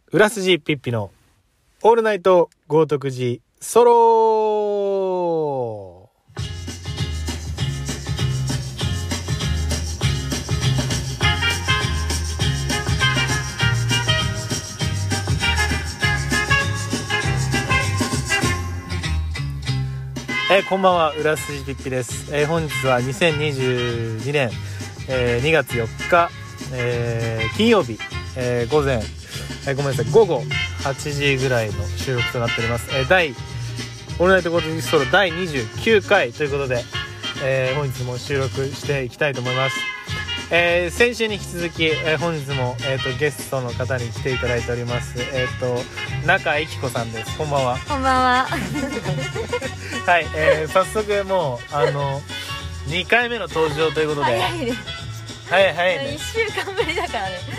裏筋ピッピのオールナイト豪徳寺ソロ。こんばんは、裏筋ピッピです。本日は2022年、2月4日、金曜日、午前、ごめんなさい、午後8時ぐらいの収録となっております。オールナイト豪徳寺ソロ第29回ということで、本日も収録していきたいと思います。先週に引き続き、本日も、ゲストの方に来ていただいております。中井紀子さんです。こんばんは。 こんばんは。 はい、早速もう2回目の登場ということで、 早いね。 早いね。 1週間ぶりだからね。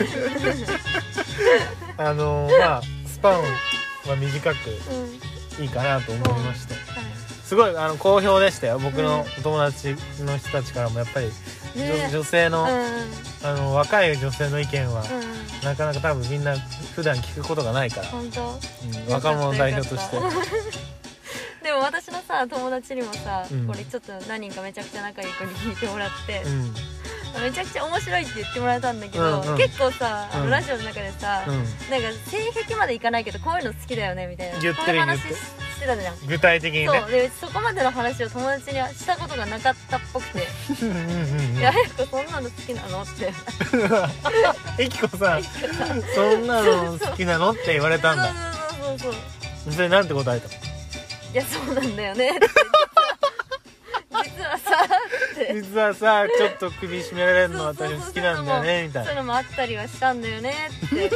まあスパンは短くいいかなと思いまして、すごい好評でしたよ。僕のお友達の人たちからもやっぱり、女性の、若い女性の意見は、なかなか多分みんな普段聞くことがないから、 本当、 若者代表としてでも私のさ友達にもさ、これちょっと何人かめちゃくちゃ仲いい子に聞いてもらって、めちゃくちゃ面白いって言ってもらえたんだけど、結構さラジオの中でさ、なんか性癖までいかないけどこういうの好きだよねみたいな言ってる話してたじゃん。 具体的にね。 そうで、そこまでの話を友達にはしたことがなかったっぽくていや、早くそんなの好きなのってえきこさんそんなの好きなのって言われたんだ。 そうそれなんて答えたの？ いや、そうなんだよねって実はさちょっと首絞められるの私好きなんだよねみたいな。 そういうのもあったりはしたんだよねってで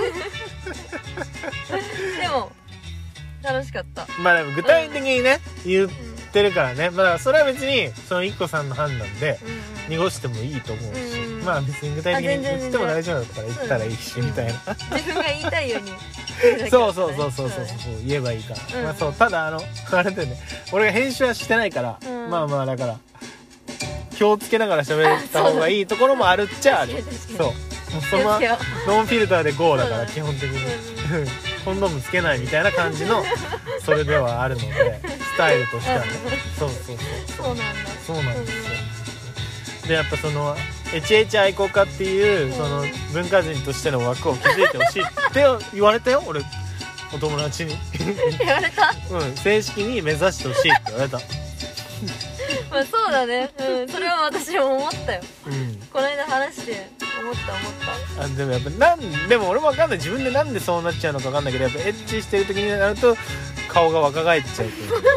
も楽しかった。 まあでも具体的にね、言ってるからね、まあそれは別にそのいっこさんの判断で濁してもいいと思うし、まあ別に具体的に言っても大丈夫だったら言ったらいいしみたいな、 自分が言いたいようにそう言えばいいから、まあそう、ただあれでね、俺が編集はしてないから、まあまあだから気をつけながら喋った方がいいところもあるっちゃある。そう、もうそのノンフィルターで GO だから基本的にコンドームつけないみたいな感じのそれではあるので、スタイルとしてはね。そうなんですよ。でやっぱそのHH 愛好家っていうその文化人としての枠を築いてほしいって言われたよ、俺お友達に言われた？ 正式に目指してほしいって言われた。 まあそうだね、それは私も思ったよ、この間話して思った。 でもやっぱでも俺も分かんない、自分でなんでそうなっちゃうのか分かんないけど、やっぱエッチしてる時になると顔が若返っちゃうという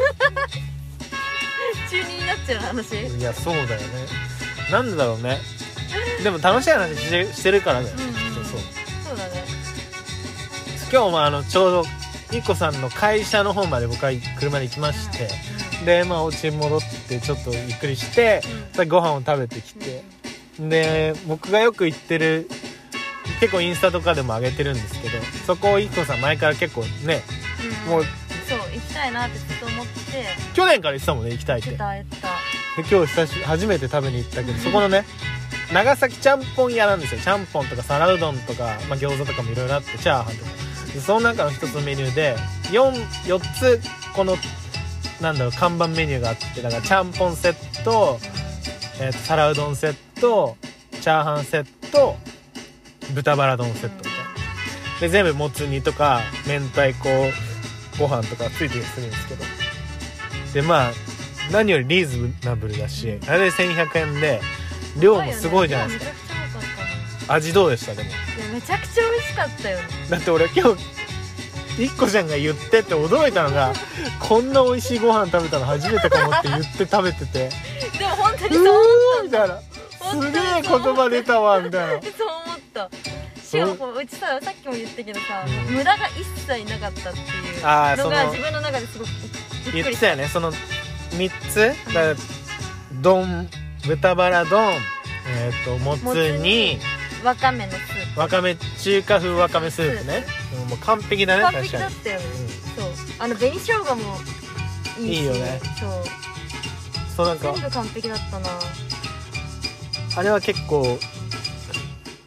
中二になっちゃう話。 いやそうだよね、なんでだろうね。でも楽しい話してるからだよね。 そうだね。 今日もちょうどいっこさんの会社の方まで僕は車で行きまして、でまあお家に戻ってちょっとゆっくりして、ご飯を食べてきて、で僕がよく行ってる、結構インスタとかでも上げてるんですけど、そこをいっこさん前から結構ね、もうそう行きたいなってずっと思ってて、 去年から言ってたもんね、行きたいって。 言った。 で今日初めて食べに行ったけど、そこのね長崎ちゃんぽん屋なんですよ。ちゃんぽんとか皿うどんとか、まあ、餃子とかもいろいろあって、チャーハンとかで、その中の一つのメニューで 4つこのなんだろう看板メニューがあって、だからちゃんぽんセット、皿うどんセット、チャーハンセット、豚バラ丼セットみたいなで、全部もつ煮とか明太子ご飯とかついてするんですけど、でまあ何よりリーズナブルだし、あれで1100円で量もすごいじゃないですか。味どうでした？でもめちゃくちゃ美味しかったよね。 だって俺今日いっこちゃんが言ってって驚いたのが、こんな美味しいご飯食べたの初めてかもって言って食べてて、 でも本当にそう思ったみたいな、すげえ言葉出たわみたいな。 そう思った。しかもうちさっきも言ったけどさ、無駄が一切なかったっていうのが自分の中ですごくびっくりした。 言ってたよね、その3つだ、丼、豚バラ丼、もつ煮、 わかめのスープ、 わかめ、中華風わかめスープね。もう完璧だね。 完璧だったよね。そう紅生姜もいいし、 いいよね。そうなんか全部完璧だったな。 あれは結構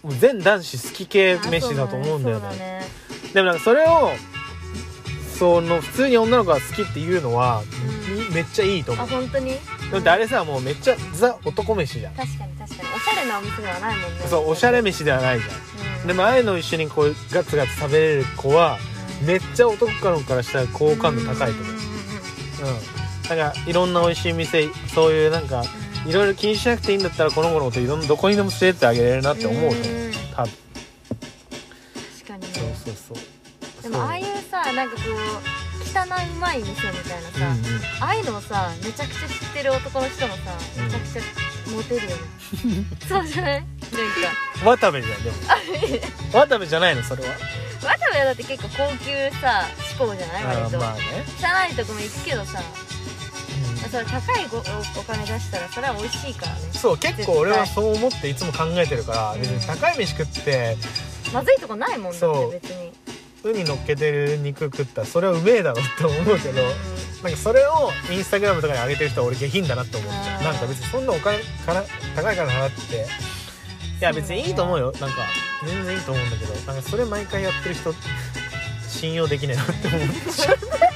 もう全男子好き系飯だと思うんだよね。でもなんかそれをその普通に女の子が好きっていうのは、めっちゃいいと思う。 本当に？ だってあれさ、もうめっちゃザ男飯じゃん。 確かにおしゃれなお店ではないもんね。 そうおしゃれ飯ではないじゃん、でもああいうの一緒にこうガツガツ食べれる子は、めっちゃ男の子からしたら好感度高いと思う。なんかいろんな美味しい店、そういうなんかいろいろ気にしなくていいんだったら、この子のこといろんなどこにでも連れてってあげれるなって思うと思う。多分確かにね。 そうでもああいうさ、なんかこう汚いうまい店みたいなさ、ああいうのをさ、めちゃくちゃ知ってる男の人もさ、めちゃくちゃモテるよね。そうじゃない？なんか渡部じゃん。でも渡部じゃないのそれは。 渡部はだって結構高級さ志向じゃない？割と、 まあね、 汚いとこも行くけどさ、それ高いお金出したらそれは美味しいからね。 そう結構俺はそう思っていつも考えてるから、別に高い飯食ってまずいとこないもんね。別にウニ乗っけてる肉食ったらそれはうめえだろって思うけど、なんかそれをインスタグラムとかに上げてる人は俺下品だなって思っちゃう。なんか別にそんなお金から高いから払っていや別にいいと思うよ。なんか全然いいと思うんだけど、なんかそれ毎回やってる人信用できないなって思っちゃ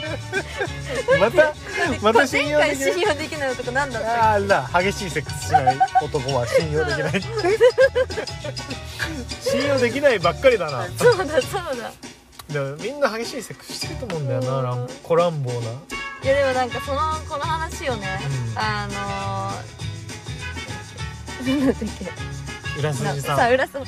う。また信用できない。 前回信用できない男なんだったっけ？ あら、激しいセックスしない男は信用できないって信用できないばっかりだな。 そうだ。 でもみんな激しいセックスしてると思うんだよな、コランボーな。 いやでもなんかこの話をね、なんだっけ、 浦筋さんさ浦筋さん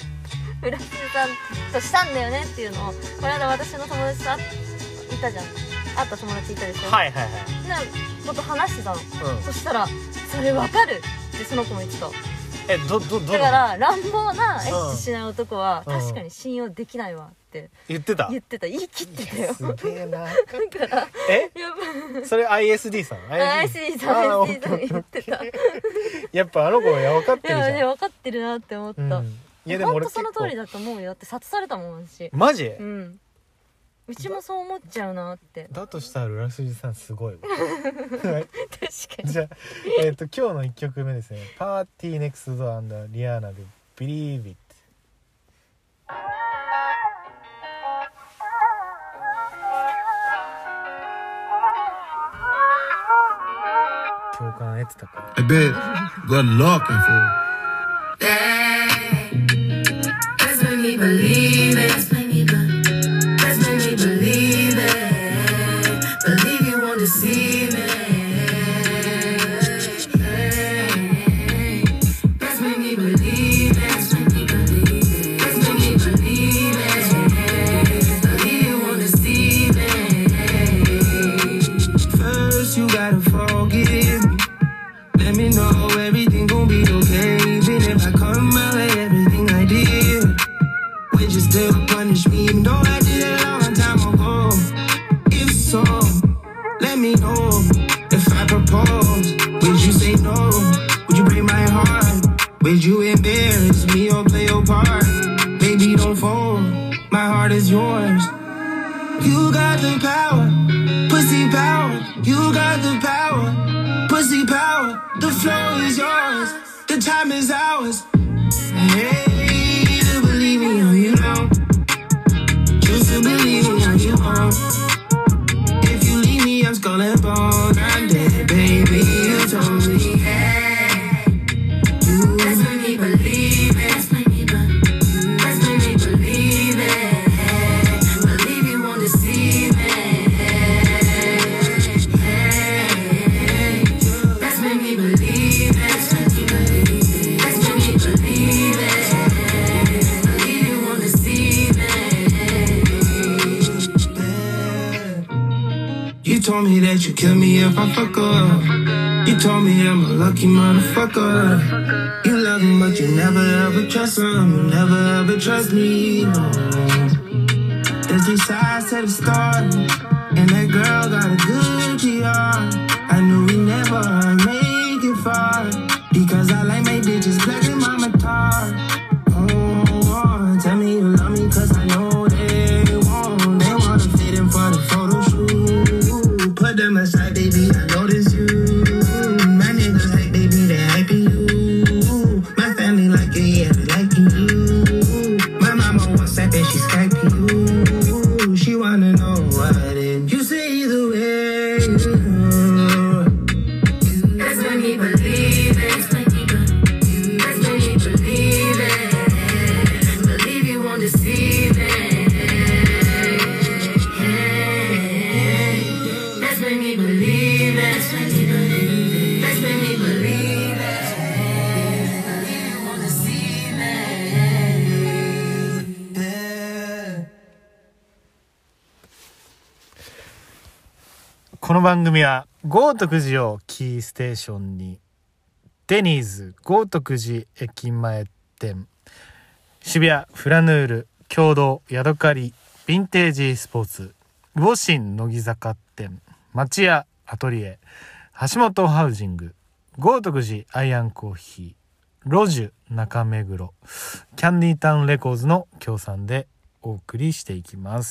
としたんだよねっていうのをこの間私の友達と会ったじゃん。会った友達いたでしょ。はいなこと話してたの、そしたらそれわかるってその子も言ってた。だから乱暴なエッチしない男は確かに信用できないわって言ってた。言い切ってたよ。 すげえな。だからそれ ISD さん ISD さん言ってた。 やっぱあの子は分かってるじゃん。 いや分かってるなって思った。いやでも俺その通りだと思うよ。だって殺されたもん私。 マジ？ うちもそう思っちゃうなって。だとしたら浦筋さんすごいわ。 確かに。 じゃあ今日の1曲目ですね。パーティーネクストドア&リアーナで Believe It。共感得てたか。 I bet good looking for Let's make me believe it. Let's make me believe it. Believe you won't deceive me. Let's make me believe it. Let's make me believe it. Let's make me believe it. Believe you won't deceive me. First you gotta forgive me. Let me know everything gon' be okay. Even if I come my way, everything I did, would you still punish me even though I did it a long time ago? If so, let me know. If I propose, would you say no? Would you break my heart? Would you embarrass me or play your part? Baby, don't fold, my heart is yours. You got the power, pussy power. You got the power, pussy power. The flow is yours, the time is ours. Hey, to believe in you, you know. Choose to believe in you, you won't. If you leave me, I'm skull and bone. I'm dead, baby, you told me. Hey, you let's make me believe it. Let's make me believe it. Believe you won't deceive me. Hey, let's make me believe it. Let's make me believe it. Let's make me believe it. Believe you won't deceive me. You told me that you kill me if I fuck up. You told me I'm a lucky motherfucker. You love me but you never ever trust him. You never ever trust me, no. There's 3 sides to the story, and that girl got a good GR. I knew we never make it far, because I like my bitches black and mama tar. Oh, tell me you love me cause I know they won't. They wanna fit in for the photo shoot. Put them aside, baby, I notice you. My niggas like, baby, they hyping you. My family like it, yeah, they liking you. back to you. She wanna know why didn't you say the way? That's when me believe it. That's when me believe it. Believe you won't deceive it. That's when me believe it. That's when me believe it. That's when me believe it. Believe you won't deceive it. Yeah. この番組は豪徳寺をキーステーションにデニーズ豪徳寺駅前店、渋谷フラヌール共同ヤドカリヴィンテージスポーツ、ウォシン乃木坂店、町屋アトリエ、橋本ハウジング、豪徳寺アイアンコーヒー、ロジュ中目黒、キャンディータウンレコーズの協賛でお送りしていきます。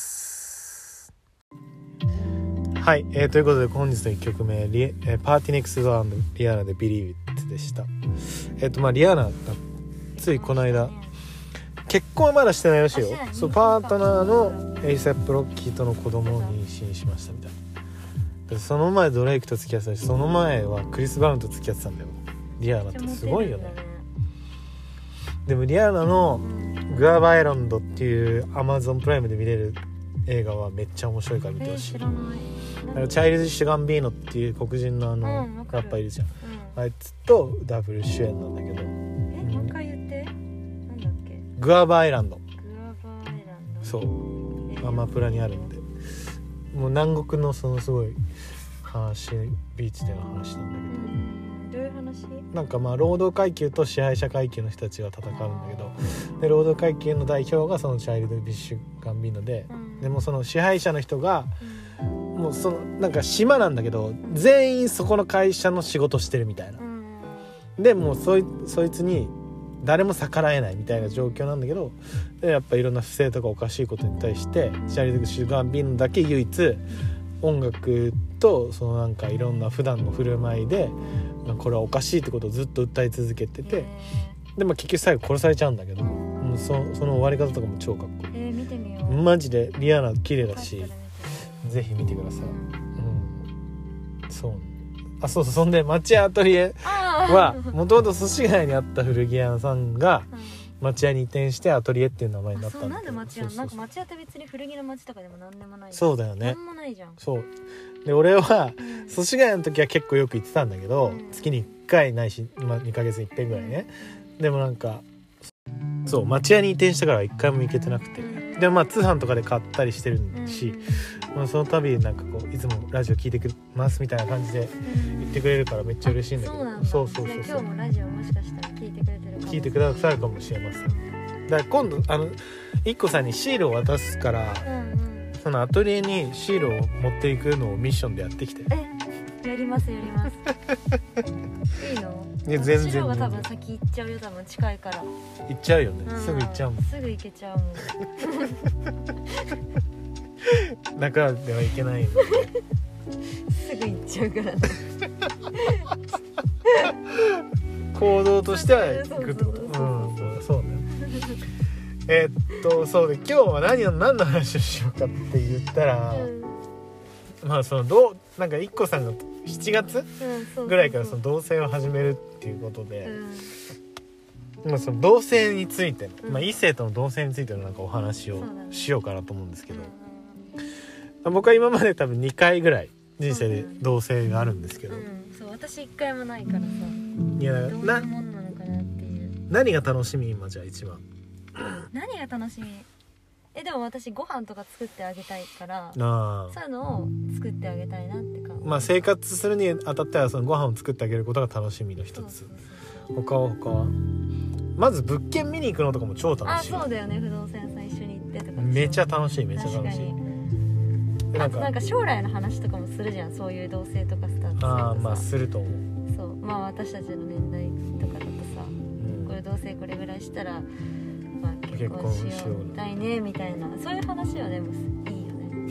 はい、ということで本日の1曲目パーティネクスド&リアーナで Believe It でした。リアーナがついこの間結婚はまだしてないらしいよ。そうパートナーのASAPロッキーとの子供を妊娠しましたみたいな。その前ドレイクと付き合ってたし、その前はクリス・ブラウンと付き合ってたんだよ。リアーナってすごいよね。でもリアーナのグアバアイランドっていう Amazon プライムで見れる映画はめっちゃ面白いから見てほしい。チャイルド・シュ・ガンビーノっていう黒人のラッパーいるじゃん、あいつとダブル主演なんだけど、 もう一回言って、なんだっけ。 グアバアイランド。 グアバアイランド。 そう、アマプラにあるんで、もう南国のそのすごい話、ビーチでの話なんだけど、 どういう話？ なんか労働階級と支配者階級の人たちが戦うんだけど、で労働階級の代表がそのチャイルド・ビッシュ・ガンビーノで、でもその支配者の人が、もうそのなんか島なんだけど全員そこの会社の仕事してるみたいな、でもうそいつに誰も逆らえないみたいな状況なんだけど、でやっぱいろんな不正とかおかしいことに対してチャイルド・ビッシュ・ガンビーノだけ唯一音楽とそのなんかいろんな普段の振る舞いでこれはおかしいってことをずっと訴え続けてて、でも結局最後殺されちゃうんだけど、もうその終わり方とかも超かっこいい。 見てみよう。 マジでリアーナ綺麗だし、ぜひ見てください。そうそう、そんで町屋アトリエはもともと寿司街にあった古着屋さんが町屋に移転してアトリエっていう名前になったんだ。 そう、なんで町屋？なんか町屋って別に古着の町とかでもなんでもない。 そうだよね。 なんもないじゃん。 そうで、俺は寿司街の時は結構よく行ってたんだけど、月に1回ないし、2ヶ月に1遍ぐらいね。でもなんかそう町屋に移転してから1回も行けてなくて、でも通販とかで買ったりしてるし、その度なんかこういつもラジオ聞いてくますみたいな感じで言ってくれるからめっちゃ嬉しいんだけど、そう今日もラジオもしかしたら聞いてくれてるかも。 聞いてくださるかもしれません。だから今度いっこさんにシールを渡すから、そのアトリエにシールを持っていくのをミッションでやってきて。 やりますいいの？ 全然。 私の方が多分先行っちゃうよ、多分近いから。 行っちゃうよね、すぐ行っちゃうもん。 すぐ行けちゃうもん。 中ではいけないので。 すぐ行っちゃうからね。 行動としては行くってこと。そうね。そうで今日は何の話をしようかって言ったら、そのなんかいっこさんが7月ぐらいからその同棲を始めるっていうことで、その同棲についての、異性との同棲についてのなんかお話をしようかなと思うんですけど、僕は今まで多分2回ぐらい人生で同棲があるんですけど、 そう私1回もないからさ、 いやどういうもんなのかなっていう。 何が楽しみ今じゃあ一番？ 何が楽しみ？でも私ご飯とか作ってあげたいから、そういうのを作ってあげたいなって感じ。生活するにあたってはそのご飯を作ってあげることが楽しみの一つ。他はまず物件見に行くのとかも超楽しい。 そうだよね、不動産屋さん一緒に行ってとか。 めちゃ楽しい。あとなんか将来の話とかもするじゃん、そういう同棲とかスタートするとさ。すると思う。そう、私たちの年代とかだとさ、これ同棲これぐらいしたら結婚しようみたいねみたいな、そういう話はでもいいよね。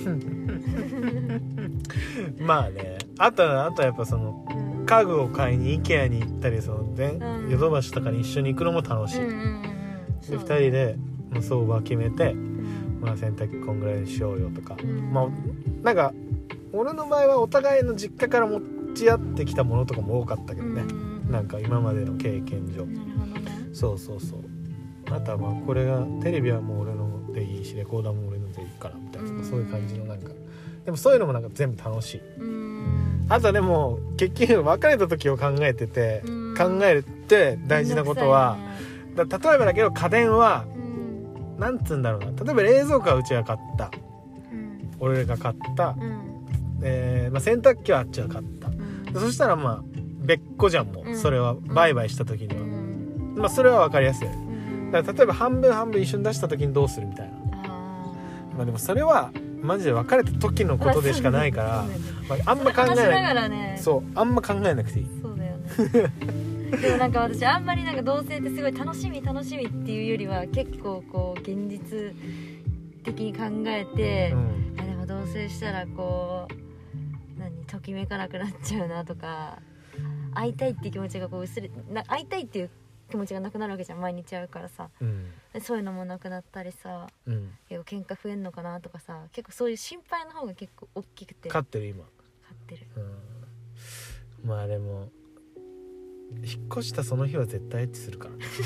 あとやっぱその、家具を買いに IKEA に行ったり、そのヨドバシとかに一緒に行くのも楽しい。で2人で相場決めて、 まあ洗濯機こんぐらいにしようよとか、まあなんか俺の場合はお互いの実家から持ち合ってきたものとかも多かったけどね、なんか今までの経験上。そうそうそう。あとはまあこれがテレビはもう俺のでいいしレコーダーも俺のでいいからみたいな、そういう感じのなんか、でもそういうのもなんか全部楽しい。あとはでも結局別れた時を考えてて、考えるって大事なことは、例えばだけど家電はなんつうんだろうな、例えば冷蔵庫はうちが買った、俺が買った、まあ、洗濯機はあっちが買った、そしたらまあ別個じゃん、もうそれは売買した時には、まあそれは分かりやすい。だから例えば半分半分一緒に出した時にどうするみたいな、まあでもそれはマジで別れた時のことでしかないから、まあ、あんま考えない、ね、そうあんま考えなくていい。 そうだよねでもなんか私あんまりなんか同棲ってすごい楽しみっていうよりは結構こう現実的に考えて、でも同棲したらこうときめかなくなっちゃうなとか、会いたいっていう気持ちがこう会いたいっていう気持ちがなくなるわけじゃん、毎日会うからさ、そういうのもなくなったりさ、結構喧嘩増えんのかなとかさ、結構そういう心配の方が結構大きくて。 飼ってる今。 飼ってる。 まあでも引っ越したその日は絶対エッチする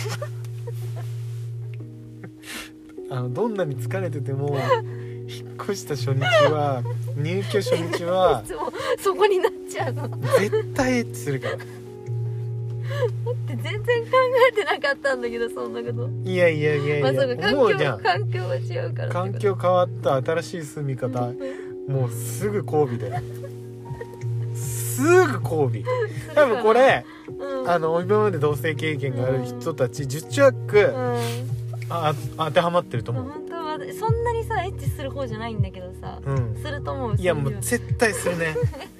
からどんなに疲れてても引っ越した初日は入居初日はいつもそこになっちゃうの絶対エッチするからって全然考えてなかったんだけど、そんなこと。 いやいやいやいや、まあ、 そうか、思うじゃん。環境が違うから。 環境変わった、新しい住み方もうすぐ交尾ですぐ交尾。多分これ、今まで同棲経験がある人たち10着、当てはまってると思う。 本当はそんなにさエッチする方じゃないんだけどさ、すると思う。 いやもう絶対するね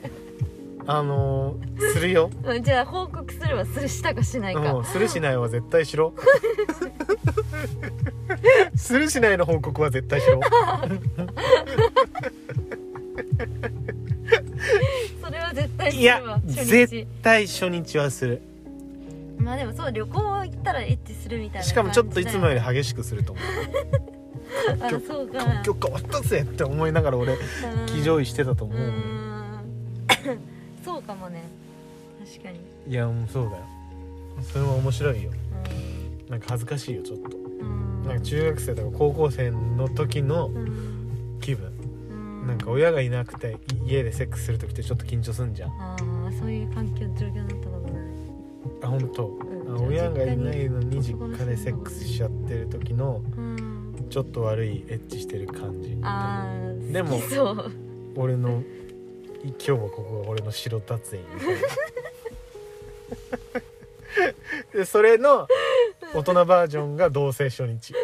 するよ。 じゃあ報告すればしたかしないか、 するしないは絶対しろするしないの報告は絶対しろそれは絶対するわ。いや絶対初日はする。 まあでもそう、旅行行ったらエッチするみたいな。 しかもちょっといつもより激しくすると思うそうか、 環境変わったぜって思いながら俺騎乗位してたと思う。 そうかもね、確かに。 いやもうそうだよ、それは面白いよ。なんか恥ずかしいよちょっと。なんか中学生とか高校生の時の気分、なんか親がいなくて家でセックスする時ってちょっと緊張すんじゃん。 そういう環境状況になったことない。 本当、親がいないのに実家でセックスしちゃってる時のちょっと悪いエッチしてる感じ。でも俺の今日はここが俺の白達園みたいなでそれの大人バージョンが同棲初日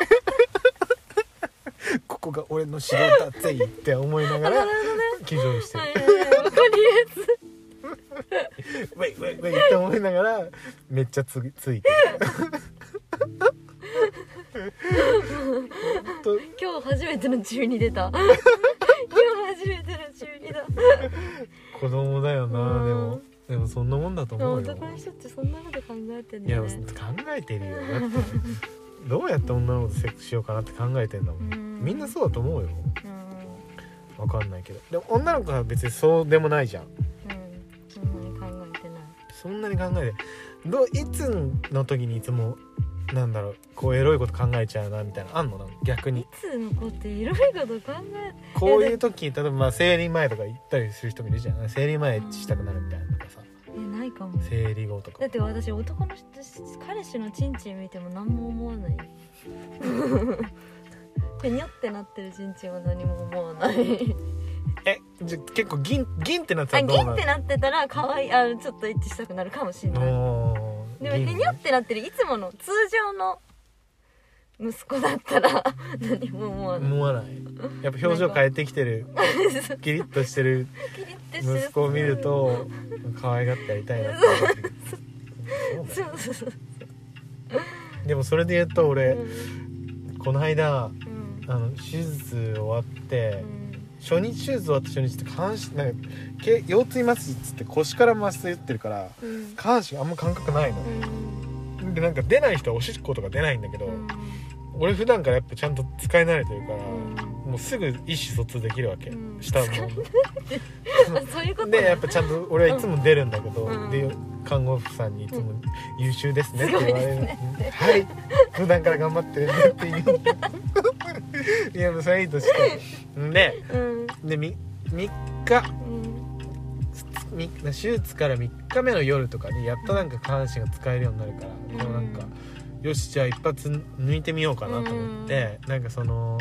ここが俺の白達園って思いながら騎乗してるわかりやすウェイウェイウェイって思いながらめっちゃついてる今日初めての12出た今日初めての12だ子供だよな。でもそんなもんだと思うよ。 男の人ってそんなこと考えてんだね。 いや考えてるよ。だってどうやって女の子とセックスしようかなって考えてんだもん。みんなそうだと思うよ。わかんないけど、でも女の子は別にそうでもないじゃん。 そんなに考えてない。 そんなに考えていつの時にいつもなんだろう、こうエロいこと考えちゃうなみたいなあんの？逆にいつの子ってエロいこと考えこういう時例えば生理前とか行ったりする人もいるじゃん。生理前エッチしたくなるみたいなとかさ。 ないかも。 生理後とか。だって私男の人彼氏のチンチン見ても何も思わないペニョってなってるチンチンは何も思わないじゃ結構ギンってなってたらどうなる？ ギンってなってたら可愛いちょっとエッチしたくなるかもしれない。でもペニョってなってるいつもの通常の息子だったら何も思わない。 やっぱ表情変えてきてるキリッとしてる息子を見ると可愛がってやりたいなって思ってるそうでもそれで言うと俺、この間、手術終わって、手術終わった初日って下半身なんか腰椎麻酔っつって腰から麻酔打ってるから、下半身あんま感覚ないの、でなんか出ない人はおしっことか出ないんだけど、 俺普段からやっぱちゃんと使い慣れてるから、 うん、 もうすぐ意思疎通できるわけ、うん、したもんそういうことでやっぱちゃんと俺はいつも出るんだけど、 うん、 で看護婦さんにいつも優秀ですねって言われる、 ね、 はい普段から頑張ってるねって言ういやもうそれいいとしてで、うん、で3日、手術から3日目の夜とかにやっとなんか下半身が使えるようになるから、もうなんかよしじゃあ一発抜いてみようかなと思って、なんかその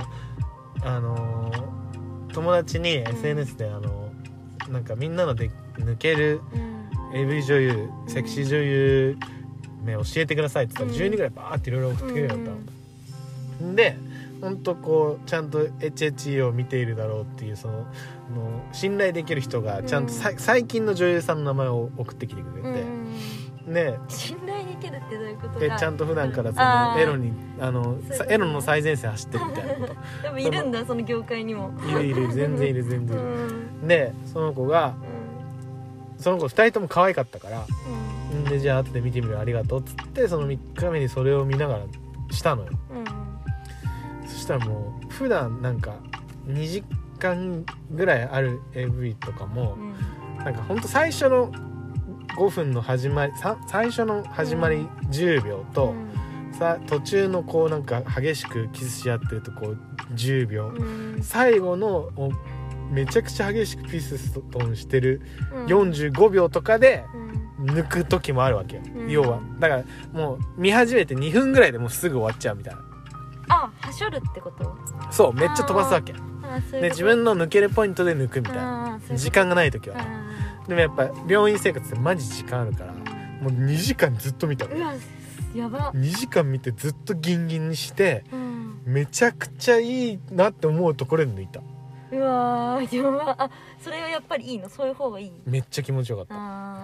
友達に SNS でなんかみんなので抜ける AV 女優セクシー女優名教えてくださいって言ったら12ぐらいバーっていろいろ送ってくれるようになったので、ほんとこうちゃんと HHE を見ているだろうっていうその信頼できる人がちゃんと最近の女優さんの名前を送ってきてくれて、で信頼できるってどういうことでちゃんと普段からそのエロにエロの最前線走ってるみたいなことでもいるんだその業界にもいる全然いる全然いる、でその子2人とも可愛かったから、でじゃあ後で見てみるありがとうっつってその3日目にそれを見ながらしたのよ、そしたらもう普段なんか2時間ぐらいある AV とかも、なんかほんと最初の5分の始まり最初の始まり10秒と、途中のこうなんか激しくキスし合ってるとこう10秒、最後のめちゃくちゃ激しくピストンしてる45秒とかで抜く時もあるわけよ、要はだからもう見始めて2分ぐらいでもうすぐ終わっちゃうみたいな。 はしょるってこと？ そうめっちゃ飛ばすわけで、自分の抜けるポイントで抜くみたいな、時間がない時は。でもやっぱ病院生活ってマジ時間あるからもう2時間ずっと見たの。 うわやば。 2時間見てずっとギンギンにして、めちゃくちゃいいなって思うところで抜いた。 うわやば。それはやっぱりいいの？そういう方がいい？ めっちゃ気持ちよかった。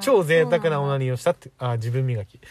超贅沢なオナニーをしたって自分磨き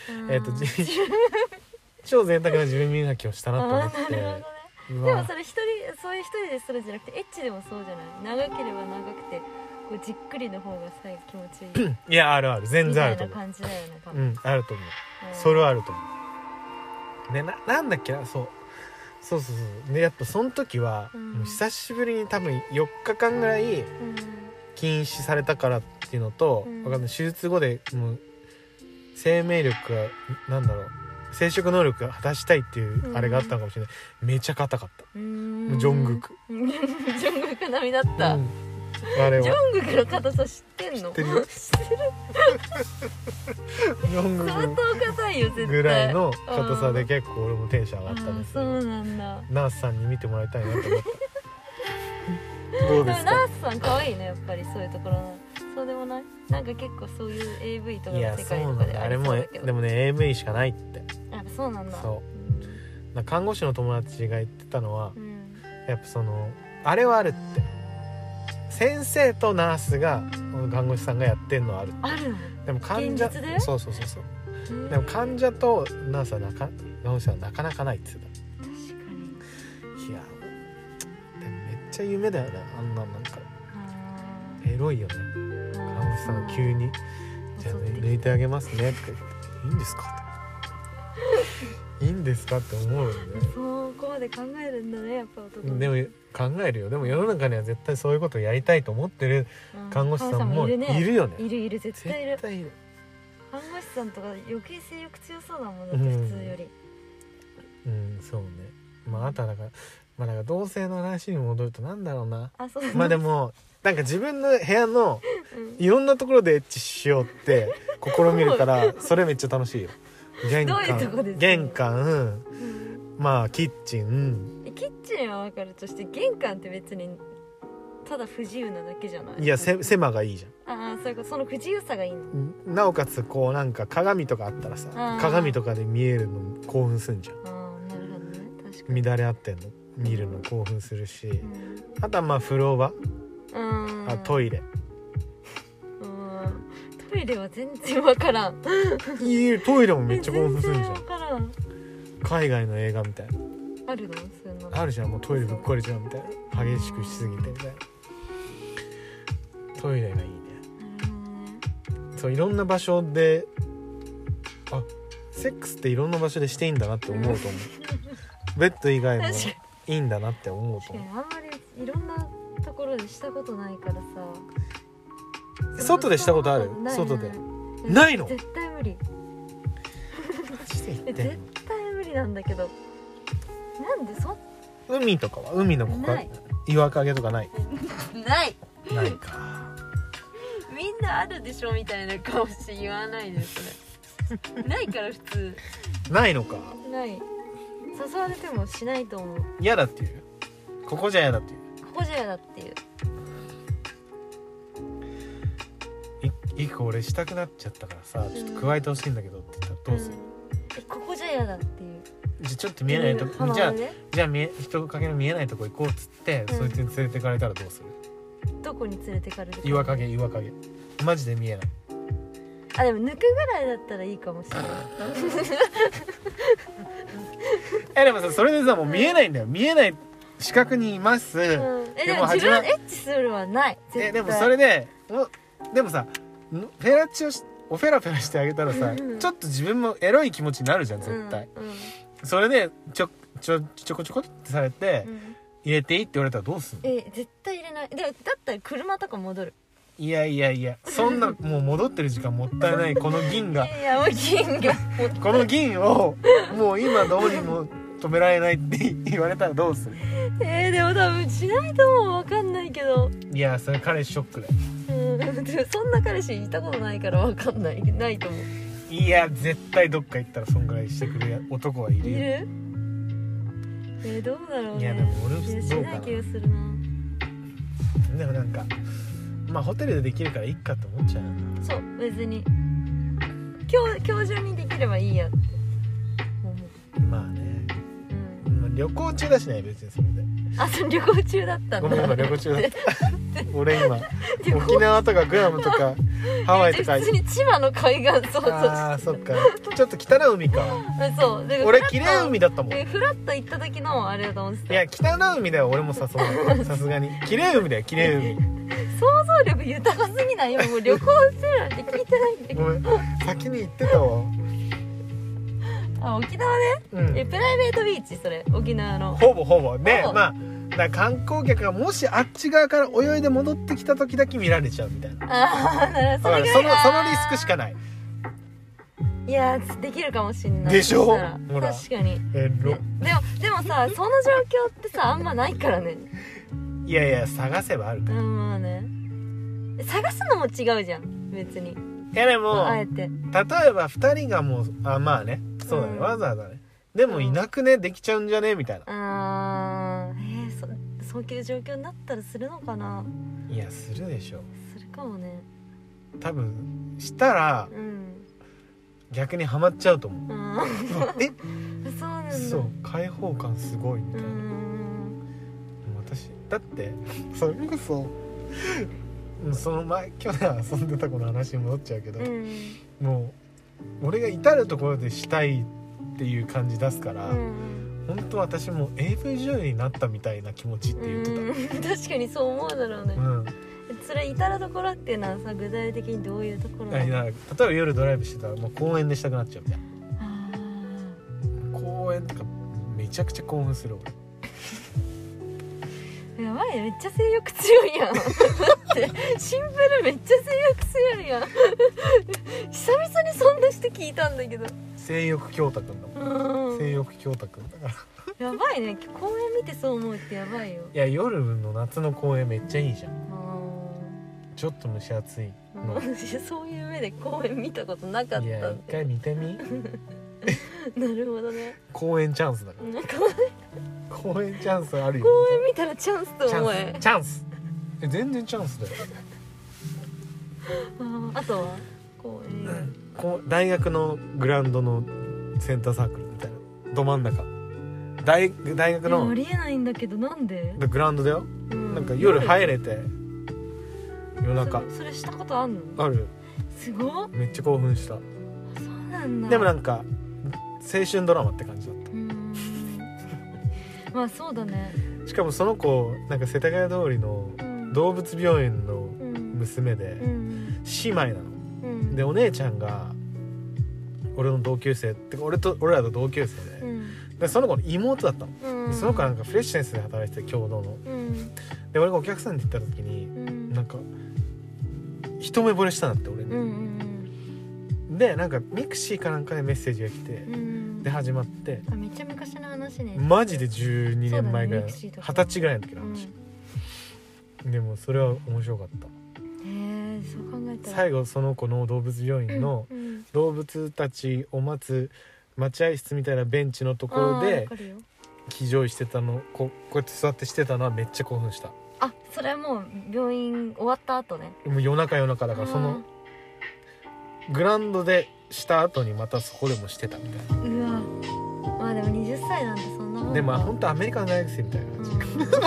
超贅沢な自分磨きをしたなと思って。 なるほどね。でもそれそういう一人でするんじゃなくてエッチでもそうじゃない？長ければ長くてこうじっくりの方が最後気持ちいいいやある全然あると思う。 みたいな感じだよね多分。 あると思う、それはあると思うね。なんだっけな、そうでやっぱその時は、もう久しぶりに多分4日間ぐらい禁止されたからっていうのと、わかんない、手術後でもう生命力がなんだろう生殖能力が果たしたいっていうあれがあったのかもしれない、めちゃ硬かった。もうジョングクジョングク並みだった、 あれはジョングクの硬さ知ってんの？知ってるジョングク相当硬いよ絶対ぐらいの硬さで結構俺もテンション上がったんですよ。 そうなんだ。 ナースさんに見てもらいたいなと思ったどうですか？ ナースさん可愛いねやっぱりそういうところ。そうでもない？なんか結構そういう AV とかの世界とかでありそうだけど。 でもね AV しかないって。 そうなんだ。 そう看護師の友達が言ってたのは、やっぱそのあれはあるって、先生とナースが看護師さんがやってんのはあるって。 あるの？ でも患者現実で？ そうでも患者とナースは看護師はなかなかないって言ってた。 確かに。 いやでもめっちゃ夢だよね、あんなんなんかエロいよね。看護師さんが急にじゃあ抜いてあげますねって言っていいんですかっていいんですかって思うよね。 そこまで考えるんだねやっぱ男。 でも考えるよ。でも世の中には絶対そういうことをやりたいと思ってる看護師さんもいるよね。 いる絶対いる。看護師さんとか余計性欲強そうだもんだって普通より。 そうね。あとはだから同性の話に戻るとなんだろうな。 そうでもなんか自分の部屋のいろんなところでエッチしようって試みるからそれめっちゃ楽しいよ。玄関、キッチンは分かるとして、玄関って別にただ不自由なだけじゃない？ いや狭がいいじゃん。そういうこと。その不自由さがいいの。 なおかつこうなんか鏡とかあったらさ、鏡とかで見えるの興奮すんじゃん。 なるほどね。確かに乱れ合ってんの見るの興奮するし、あとは風呂場、トイレ。 トイレは全然分からん。 トイレもめっちゃ興奮するじゃん。 全然分からん。 海外の映画みたいな。 あるの？そういうのあるじゃん。もうトイレぶっ壊れちゃうみたいな。激しくしすぎてみたいな。トイレがいいね。そういろんな場所でセックスっていろんな場所でしていいんだなって思うと思う。 ベッド以外も確かいいんだなって思うとにあん思まりいろんなところでしたことないからさ。 う。外でしたことある？ ない外でないないの？ 絶対無理。 マジで言って絶対無理なんだけど、なんで海とかは海のない岩陰とかない？ ないないか。 みんなあるでしょみたいな顔して言わないでそれないから普通ないのか。 ない。誘われてもしないと思う。 嫌だっていう。ここじゃ嫌だっていう。 ここじゃやだっていう。 一個俺したくなっちゃったからさ、ちょっと加えてほしいんだけどって言ったらどうする？ ここじゃやだっていう。 じゃあちょっと見えないとこ、じゃあ人影の見えないとこ行こうっつって、そいつに連れてかれたらどうする？ どこに連れてかれるか。 岩陰マジで見えない。 あ、でも抜くぐらいだったらいいかもしれないでもさ、それでさもう見えないんだよ。見えない四角にいます、 でも自分エッチするはない絶対。 でもそれででもさフェラチオおフェラフェラしてあげたらさ、ちょっと自分もエロい気持ちになるじゃん絶対、それでちょこちょこってされて、入れていいって言われたらどうすんの？ 絶対入れない。だったら車とか戻る。 いやそんなもう戻ってる時間もったいない。この銀がいやもう銀がこの銀をもう今どうにも止められないって言われたらどうする？ でも多分しないと思う。分かんないけど。 いやそれ彼氏ショックだよ。 でもそんな彼氏いたことないから分かんない。ないと思う。 いや絶対どっか行ったらそんぐらいしてくれる男はいるよ。 いる？どうだろうね。 いやでも俺しどうかな。 ない気がするな。 でもなんかまあホテルでできるからいいかって思っちゃうよな。 そう別に今日中にできればいいやって思う。 まあね、まあ旅行中だしね別にそれで。 その旅行中だったんだ。 ごめん今旅行中だった俺今沖縄とかグアムとかハワイとか普通に千葉の海岸そうそっかちょっと汚い海か。 そう俺綺麗海だったもん。 フラッと行った時のあれだと思ってた。 いや汚い海だよ俺もさすがに綺麗海だよ綺麗海。 想像力豊かすぎないよ。もう旅行中なんて聞いてないんだけど。 ごめん先に行ってたわ。 沖縄ね、プライベートビーチそれ沖縄のほぼね。まあだから観光客がもしあっち側から泳いで戻ってきた時だけ見られちゃうみたいな。そのリスクしかない。 いやできるかもしんないでしょ。ほら確かに。でもさその状況ってさあんまないからね。 いや探せばあるから。 まあね探すのも違うじゃん別に。 いやでもあえて例えば2人がもうまあねそうだね、わざわざねでもいなくねできちゃうんじゃねみたいな。 そういう状況になったらするのかな。 いやするでしょ。 するかもね多分したら、逆にハマっちゃうと思う。 そうなんだ。 そう開放感すごいみたいな。私だってそれこそその前去年遊んでた子の話に戻っちゃうけど、もう俺が至るところでしたいっていう感じ出すから、本当私もう AV 女優になったみたいな気持ちって言ってた。確かにそう思うだろうね。それ至るところっていうのはさ具体的にどういうところなの？ 例えば夜ドライブしてたらもう公園でしたくなっちゃうみたいな。公園とかめちゃくちゃ興奮する俺。やばいめっちゃ性欲強いやん。だってシンプルめっちゃ性欲強いやん。久々にそんな人聞いたんだけど。 性欲京太くんだもん。性欲京太くんだから。 やばいね公園見てそう思うってやばいよ。 いや夜の夏の公園めっちゃいいじゃん。ちょっと蒸し暑いの。 そういう目で公園見たことなかったんで。 いや一回見てみ。 なるほどね。 公園チャンスだから。公園チャンスあるよ。 公園見たらチャンスと思え。 チャンス全然チャンスだよ。 あとは公園、 大学のグラウンドのセンターサークルみたいなど真ん中大学のありえないんだけどなんでグラウンドだよ、なんか夜入れて夜中それしたことあんの？ ある。 すごっ。 めっちゃ興奮した。 そうなんだ。 でもなんか青春ドラマって感じだった。 まあそうだね。 しかもその子なんか世田谷通りの動物病院の娘で姉妹なの、でお姉ちゃんが俺の同級生って俺らと同級生で、 でその子の妹だったの、 うん、 その子はなんかフレッシュネスで働いてて共同の、 うん、 で俺がお客さんで行った時に、 うん、 なんか一目惚れしたんだって俺に、 うんうん、 でなんかミクシーかなんかでメッセージが来て、 うん、 で始まって、 あめっちゃ昔の話ね。 マジで12年前ぐらい、 ね、 20歳ぐらいの時の話、うん、でもそれは面白かった。 そう考えたら最後その子の動物病院の動物たちを待つ待合室みたいなベンチのところで騎乗位してたの、こうやって座ってしてたのはめっちゃ興奮した。 あ、それはもう病院終わった後ね。 もう夜中だからそのグラウンドでした後にまたそこでもしてたみたいな。 うわ、まあでも20歳なんてそんなもんか。 でも本当アメリカの大学生みたいな感じ、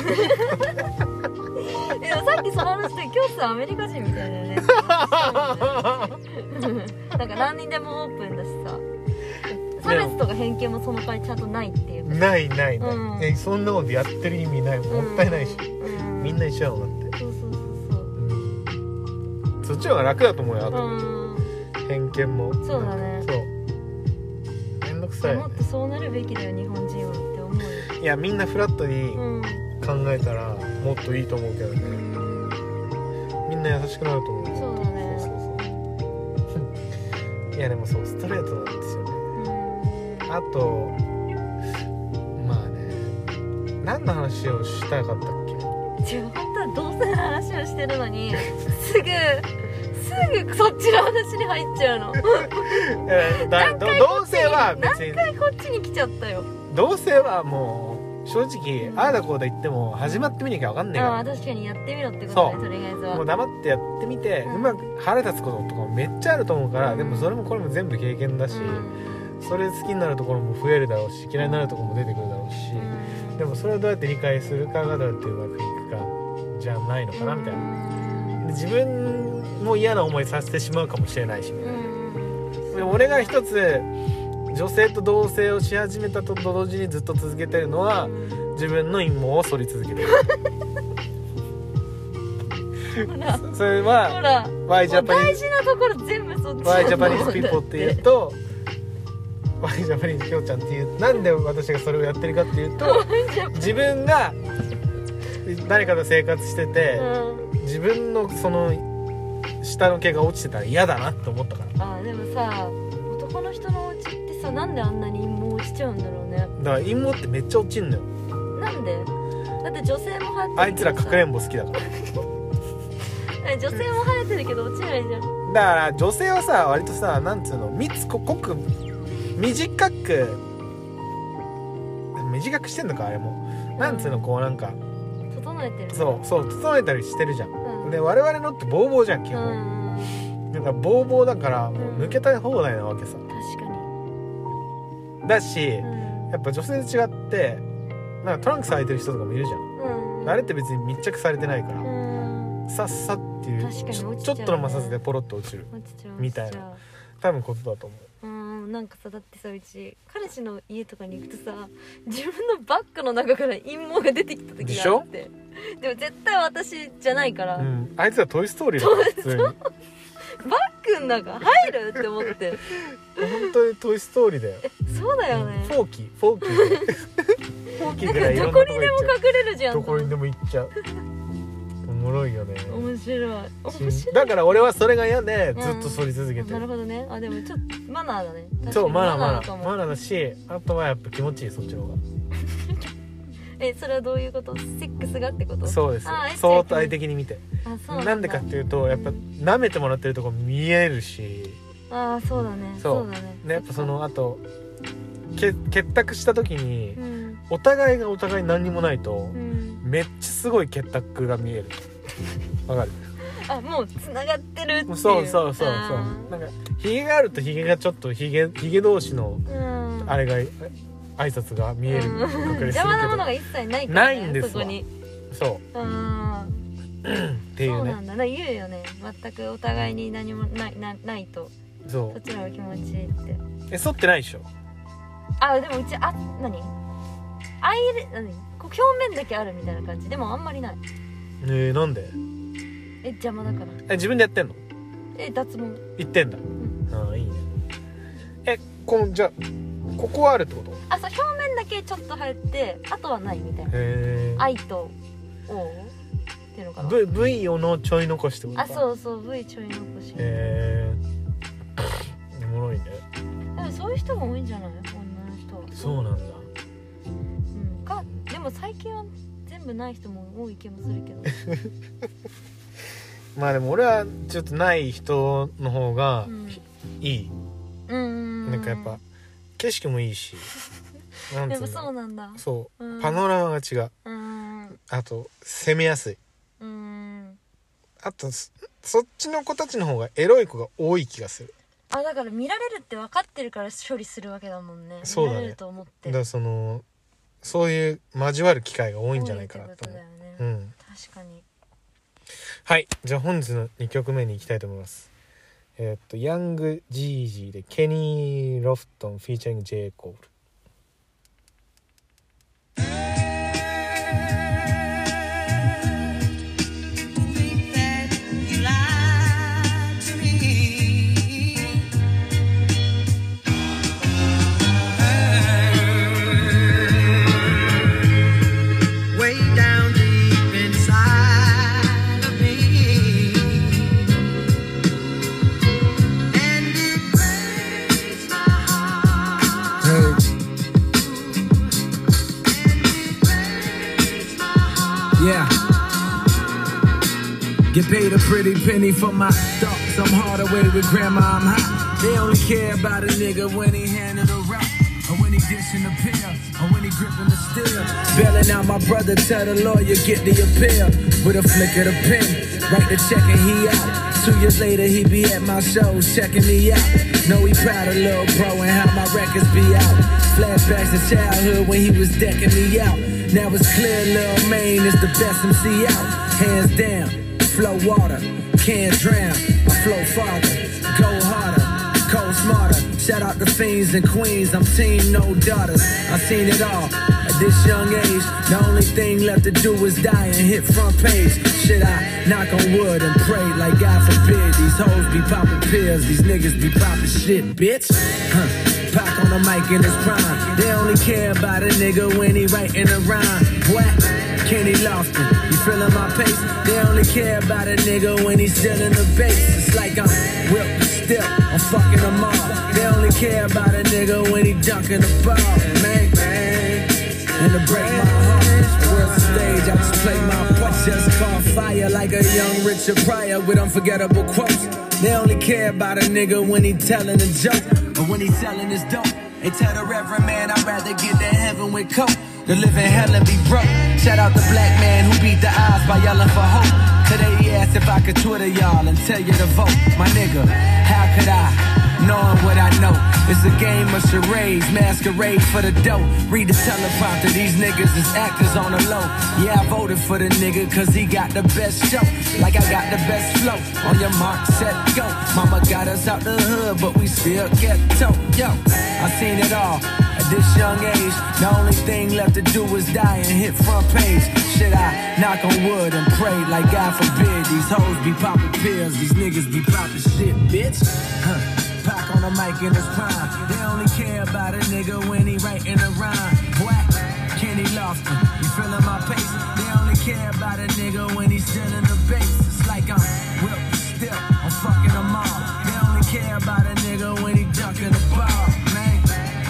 でもさっきその話で今日さアメリカ人みたいだよねなんか何人でもオープンだしさ、差別とか偏見もその場合ちゃんとないっていうか。 ない、うん、そんなことやってる意味ない、もったいないし、うん、みんな一緒やもんだって。そうそっちの方が楽だと思うよ。あと、偏見もそうだね。 そうめんどくさいよね。 もっとそうなるべきだよ日本人はって思うよ。 いやみんなフラットに考えたらもっといいと思うけどね、みんな優しくなると思う。 そうだね。 そういやでもそうストレートなんですよね。あとまあね、何の話をしたかったっけ。 違う、本当は同性の話をしてるのにすぐそっちの話に入っちゃうの同性は別に何回こっちに来ちゃったよ。同性はもう正直、ああだこうだ言っても始まってみなきゃ分かんないから。 あ、確かにやってみろってことね。とりあえずはもう黙ってやってみて、うまく腹立つこととかめっちゃあると思うから、でもそれもこれも全部経験だし、それ好きになるところも増えるだろうし、嫌いになるところも出てくるだろうし、でもそれをどうやって理解するかがどうやってうまくいくかじゃないのかなみたいな。で自分も嫌な思いさせてしまうかもしれないし、で俺が一つ女性と同棲をし始めたと同時にずっと続けてるのは、自分の陰謀を剃り続けてるそれは Y ジャパニーズ、 大事なところ全部そっち Y ジャパニーズピーポーっていうとY ジャパニーズきょうちゃんっていう、なんで私がそれをやってるかっていうと自分が誰かと生活してて、自分のその下の毛が落ちてたら嫌だなって思ったから。 あ、でもさ、男の人のお家ってさ、なんであんなに陰毛落ちちゃうんだろうね。 だから陰毛ってめっちゃ落ちんのよ。 なんで？だって女性も生えてるけどさ、 あいつらかくれんぼ好きだから女性も生えてるけど落ちないじゃん。 だから女性はさ、割とさ、なんつうの、濃く短くしてんのか、あれも、なんつうの、こうなんか整えてる。 そう整えたりしてるじゃん、で我々のってボーボーじゃん基本、なんかボーボーだからもう抜けたい放題なわけさ、 確かに。 だし、やっぱ女性と違ってなんかトランクス履いてる人とかもいるじゃん、あれって別に密着されてないから、さっさっていう、ちょっとの摩擦でポロッと落ちるみたいな多分ことだと思う。 なんかさ、だってさ、うち彼氏の家とかに行くとさ、自分のバッグの中から陰毛が出てきた時があって、でも絶対私じゃないから、 あいつはトイストーリーだ普通にバッグの中入るって思って本当にトイストーリーだよ。 そうだよね。 フォーキーぐらいいろんなとこどこにでも隠れるじゃん。 どこにでも行っちゃう。おもろいよね。 面白い。 だから俺はそれが嫌でずっと剃り続けてる、 なるほどね。あ、でもちょっとマナーだね。 そう、マナーだし、あとはやっぱ気持ちいい、そっちの方がそれはどういうこと？セックスがってこと？ そうです。相対的に見て。なんでかっていうと、やっぱ舐めてもらってるとこ見えるし。 そうだね。 そうだね。やっぱそのあと結託した時に、お互いがお互い何にもないと、めっちゃすごい結託が見える。わかる？ もう繋がってるっていう。 そう。なんかヒゲがあるとヒゲがちょっとヒゲ同士のあれが挨拶が見える、 隠れするけど邪魔なものが一切ないからね。 ないんですわ。 そこに。 そう。っていうね。 そうなんだ。言うよね。全くお互いに何もないと。そっちの方が気持ちいいって。 剃ってないでしょ？ でもうち表面だけあるみたいな感じ。でもあんまりない。 なんで？ 邪魔だから。 自分でやってんの？脱毛。 行ってんだ。いいね。じゃあここはあるってこと？ あ、そう、表面だけちょっと生えてあとはないみたいな。愛と O っていうのかな。 V のちょい残しってことか。 あ、そうそう、V ちょい残し。 おもろいね。 でもそういう人が多いんじゃない？女の人は。 そうなんだ。 うん。か、でも最近は全部ない人も多い気もするけど。 まあでも俺はちょっとない人の方がいい。なんかやっぱ景色もいいし。 でもそうなんだ。 そう、パノラマが違う。あと攻めやすい。あとそっちの子たちの方がエロい子が多い気がする。 あ、だから見られるって分かってるから処理するわけだもんね。 そうだね。 見られると思って。 だからそういう交わる機会が多いんじゃないかなと思う。うん。 確かに。 はい、じゃあ本日の2曲目に行きたいと思います。ヤングジージーでケニー・ロフトンフィーチャリング J. コール。 Get paid a pretty penny for my thoughts. I'm hard away with grandma, I'm hot. They only care about a nigga when he handle the rock, or when he dishing the pill, or when he gripping the steel. Bailing out my brother, tell the lawyer get the appeal. With a flick of the pen, write the check and he out. 2 years later he be at my shows checking me out. Know he proud of Lil Bro and how my records be out. Flashbacks to childhood when he was decking me out. Now it's clear Lil Maine is the best MC out. Hands down. Flow water, can't drown. I flow farther, go harder, cold smarter. Shout out the fiends and queens, I'm team no daughters. I seen it all at this young age. The only thing left to do is die and hit front page. Should I knock on wood and pray like God forbid these hoes be popping pills, these niggas be popping shit, bitch? Pac on the mic in his prime. They only care about a nigga when he writing a rhyme. What? Kenny Lofton, you feeling my pace? They only care about a nigga when he's still in the bass. It's like I'm whipped still, I'm fucking them all. They only care about a nigga when he dunking the ball. Man, and to break my heart, world stage, I just play my part. Just caught fire like a young Richard Pryor with unforgettable quotes. They only care about a nigga when he telling a joke, or when he selling his dope. They tell the reverend man I'd rather get to heaven with coke than live in hell and be broke. Shout out the black man who beat the odds by yelling for hope. Today he asked if I could Twitter y'all and tell you to vote. My nigga, how could I, knowing what I know? It's a game of charades, masquerade for the dough. Read the teleprompter, these niggas is actors on the low. Yeah, I voted for the nigga cause he got the best show. Like I got the best flow. On your mark, set, go. Mama got us out the hood, but we still get toe. Yo, I seen it all. At this young age, the only thing left to do is die and hit front page. Should I knock on wood and pray like God forbid these hoes be popping pills, these niggas be popping shit, bitch? Pac on the mic in his prime. They only care about a nigga when he writing a rhyme. Whack, Kenny Lofton, you feeling my pace? They only care about a nigga when he's still in the bass. It's like I'm whipped still, I'm fucking them all. They only care about a nigga when he dunking the ball, man.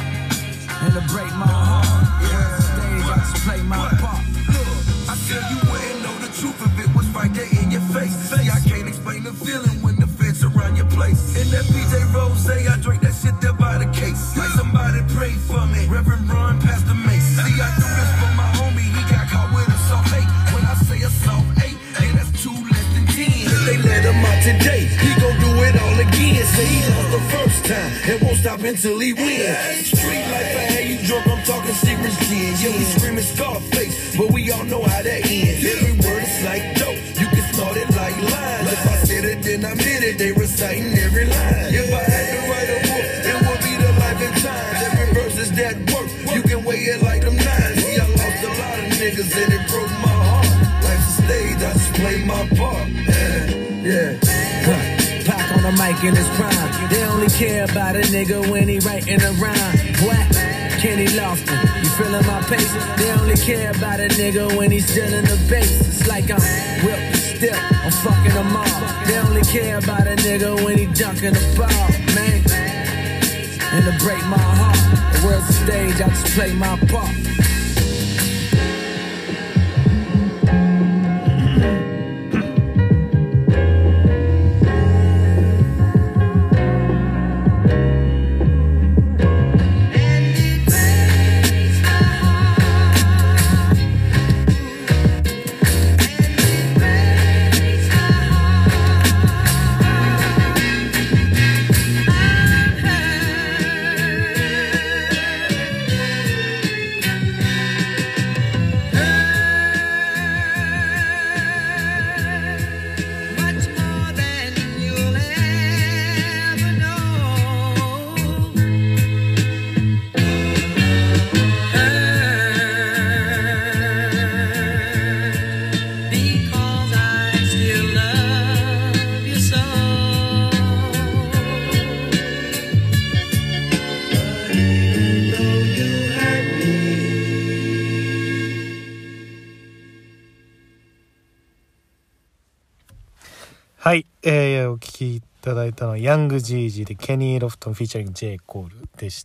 And to break my heart, yeah, stage, I just play my part. I tell you wouldn't know the truth of it was right there in your face. Say I can't explain the feeling when the fence around your place. In that PJ Rose, say I drink that shit there by the case. Like somebody prayed for me, Reverend Ron, Pastor Mace. See I do this for my homie, he got caught with a soft 8. When I say a soft 8, and that's 2 less than 10. If they let him out today, he gon' do it all again. Say he lost the first time, and won't stop until he wins. Street life, I had you drunk, I'm talking secrets, gin. Yeah, we screaming Scarface, but we all know how that ends. Every word is like dope, you can snort it like lines. If I said it, then I meant it, they reciting every line. If I had to write a book, it would be the life and times. Every verse is that work, you can weigh it like them nines. See, I lost a lot of niggas and it broke my heart. Life's a stage, I just play my part. Yeah. Pac on the mic in his prime. They only care about a nigga when he writing a rhyme. What? Kenny Lofton, you feeling my pace? They only care about a nigga when he's still in the base. It's like I'm whipped still, I'm fucking them all. They only care about a nigga when he dunking the ball, man. And to break my heart, the world's a stage, I just play my part. はい、お聴きいただいたのはヤングジージーでケニー・ロフトンフィーチャリング J. コールでした。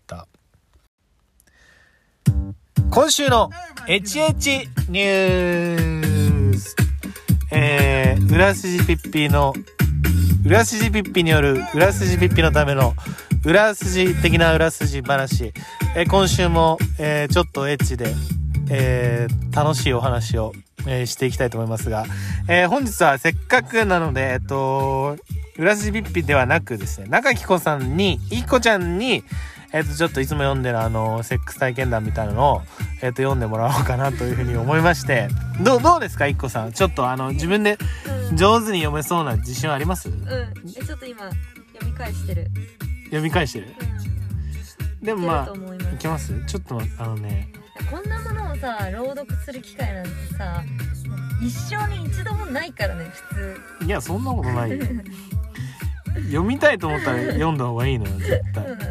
今週のエチエチニュース、裏筋ピッピによる裏筋ピッピのための裏筋的な裏筋話、今週も、ちょっとエッチで、楽しいお話をしていきたいと思いますが、本日はせっかくなので、裏筋ピッピではなくですね、中木子さんに、いっこちゃんに、ちょっといつも読んでるセックス体験談みたいなのを、読んでもらおうかなというふうに思いまして、どうですか、いっこさん。ちょっと自分で上手に読めそうな自信はあります？ ちょっと今、読み返してる。でもまあ、いけます？ちょっとこんなものをさ朗読する機会なんてさ一生に一度もないからね普通。 いやそんなことないよ読みたいと思ったら読んだ方がいいのよ絶対、うん、ちょっ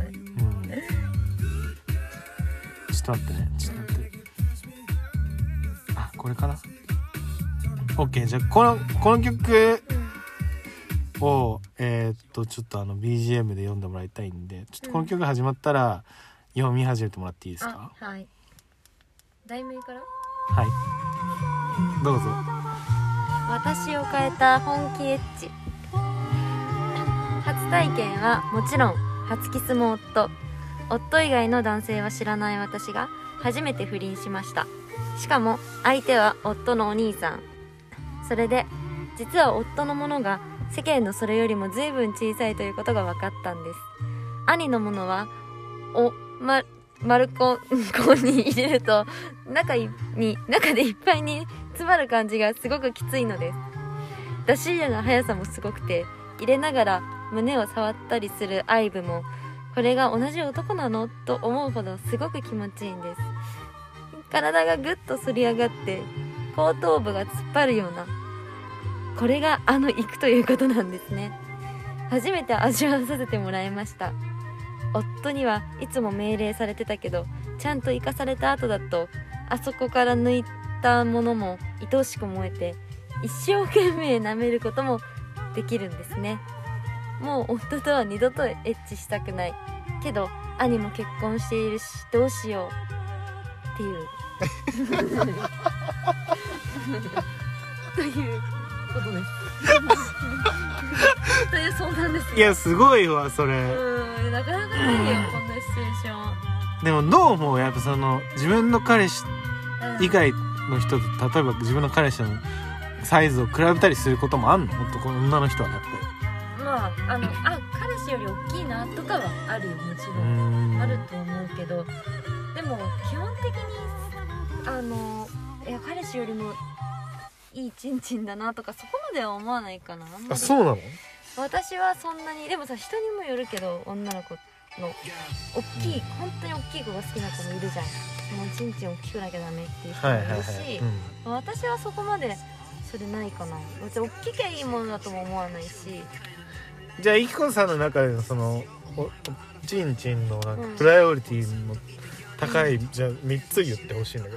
と待ってねあこれかな OK じゃあこの曲をちょっとBGM で読んでもらいたいんでちょっとこの曲始まったら読み始めてもらっていいですか？ はい。題名から？ はいどうぞ。 私を変えた本気エッチ。初体験はもちろん初キスも夫以外の男性は知らない私が初めて不倫しました。しかも相手は夫のお兄さん。それで実は夫のものが世間のそれよりも随分小さいということが分かったんです。兄のものはマルコに入れると中でいっぱいに詰まる感じがすごくきついのです。出し入れの速さもすごくて入れながら胸を触ったりする愛撫もこれが同じ男なのと思うほどすごく気持ちいいんです。体がぐっと反り上がって後頭部が突っ張るようなこれが行くということなんですね。初めて味わわさせてもらいました。夫にはいつも命令されてたけどちゃんと生かされた後だとあそこから抜いたものも愛おしく思えて一生懸命舐めることもできるんですね。もう夫とは二度とエッチしたくないけど兄も結婚しているしどうしようっていうということですという相談です。 いやすごいわそれ。 なかなかないよこんなシチュエーション。 でもどう思う？やっぱ自分の彼氏以外の人と例えば自分の彼氏のサイズを比べたりすることもあんの？女の人はやっぱり。 まあ彼氏より大きいなとかはあるよもちろんあると思うけどでも基本的に彼氏よりもいいチンチンだなとかそこまでは思わないかな。 あそうなの？ 私はそんなにでもさ人にもよるけど女の子の大きい本当に大きい子が好きな子もいるじゃん。もうチンチン大きくなきゃダメっていう人もいるし、私はそこまでそれないかな。別に大ききゃいいものだとも思わないし。 じゃあいきこさんの中でのチンチンのなんかプライオリティの高い、じゃあ3つ言ってほしいんだけど。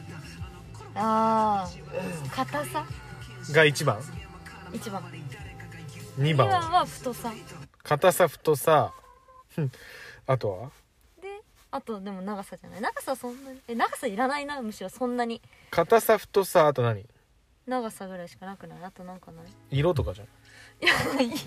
ああ、硬さが1番、 1番、 2 2 番番は太さ硬さ太さあとはで、あとでも長さじゃない。長さそんなに長さいらないな、むしろそんなに。 硬さ太さ、あと何？ 長さぐらいしかなくない？あとなんかない？ 色とかじゃん。 いや、いい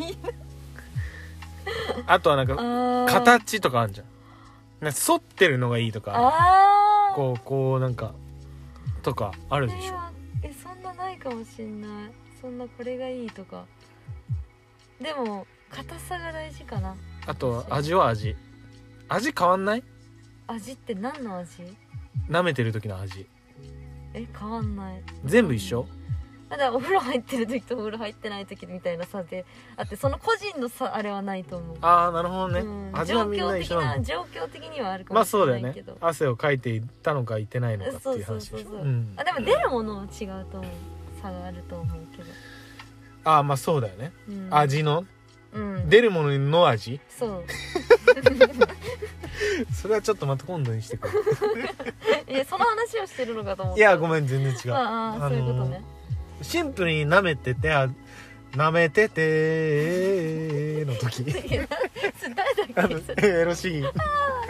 あとはなんか形とかあるじゃん。なんか反ってるのがいいとか、 ああ、 こうなんかとかあるでしょ。 そんなないかもしんない。そんなこれがいいとか。でも硬さが大事かな。 あとは味は味変わんない？ 味って何の味？ 舐めてる時の味変わんない。 全部一緒？ だからお風呂入ってる時とお風呂入ってない時みたいな差であって、その個人の差あれはないと思う。 ああ、なるほどね、味はみんな一緒なんだ。 状況的にはあるかまあもしれそうだよねないけど、 汗をかいていったのかいってないのかっていう話でしょ。うんあ、でも出るものは違うと思う。差があると思うけど。 ああ、まあそうだよね、 うん、 味の、 うん、 出るものの味。 そうそれはちょっとまた今度にしてくれ。 いや、その話をしてるのかと思った。 いやごめん、全然違う。 ああ、そういうことね。 シンプルに舐めてて、舐めてての時誰だっけエロシーン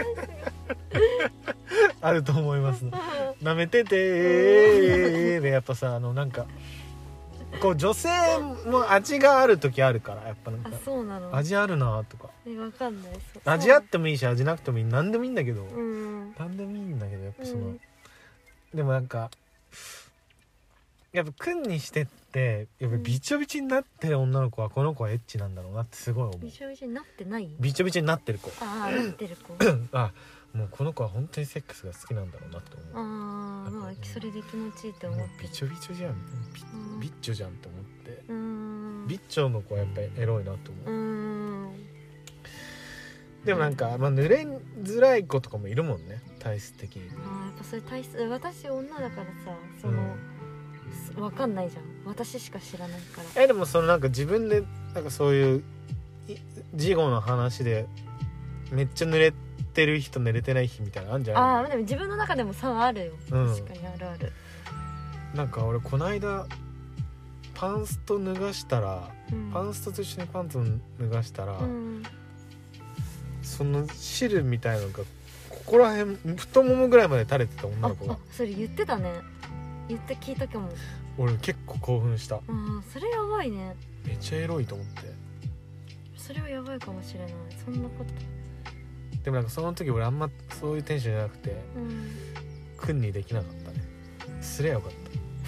あると思います舐めててでやっぱさ、なんかこう女性も味がある時あるから、やっぱなんかあ、そうなの。 味あるなとか、 わかんない。 味あってもいいし味なくてもいい、何でもいいんだけど、 うん、 何でもいいんだけど、やっぱその、 うん、 でもなんかやっぱ君にしてってやっぱビチョビチョになってる女の子はこの子はエッチなんだろうなってすごい思う。 びしょびしょになってない？ ビチョビチョになってる子、 ああ、なってる子あ、もうこの子は本当にセックスが好きなんだろうなって思う。 ああ、まあそれで気持ちいいって思ってビチョビチョじゃん、ビッチョじゃんって思って、ビッチョの子はやっぱりエロいなと思う。でもなんか、まあ、濡れづらい子とかもいるもんね、体質的に。 ああ、やっぱそれ体質、私女だからさ、その、わかんないじゃん、私しか知らないから。 でもそのなんか自分でなんかそういう事後の話でめっちゃ濡れてる日と濡れてない日みたいなのあるんじゃない？ ああ、でも自分の中でも差はあるよ、確かにあるある。 なんか俺この間パンスト脱がしたら、パンストと一緒にパンツを脱がしたら、その汁みたいなのがここら辺太ももぐらいまで垂れてた女の子が。 それ言ってたね、聞いたかも。 俺結構興奮した。 それやばいね。 めっちゃエロいと思って。 それはやばいかもしれない、そんなこと。 でもなんかその時俺あんまそういうテンションじゃなくて、君にできなかったね。すればよかった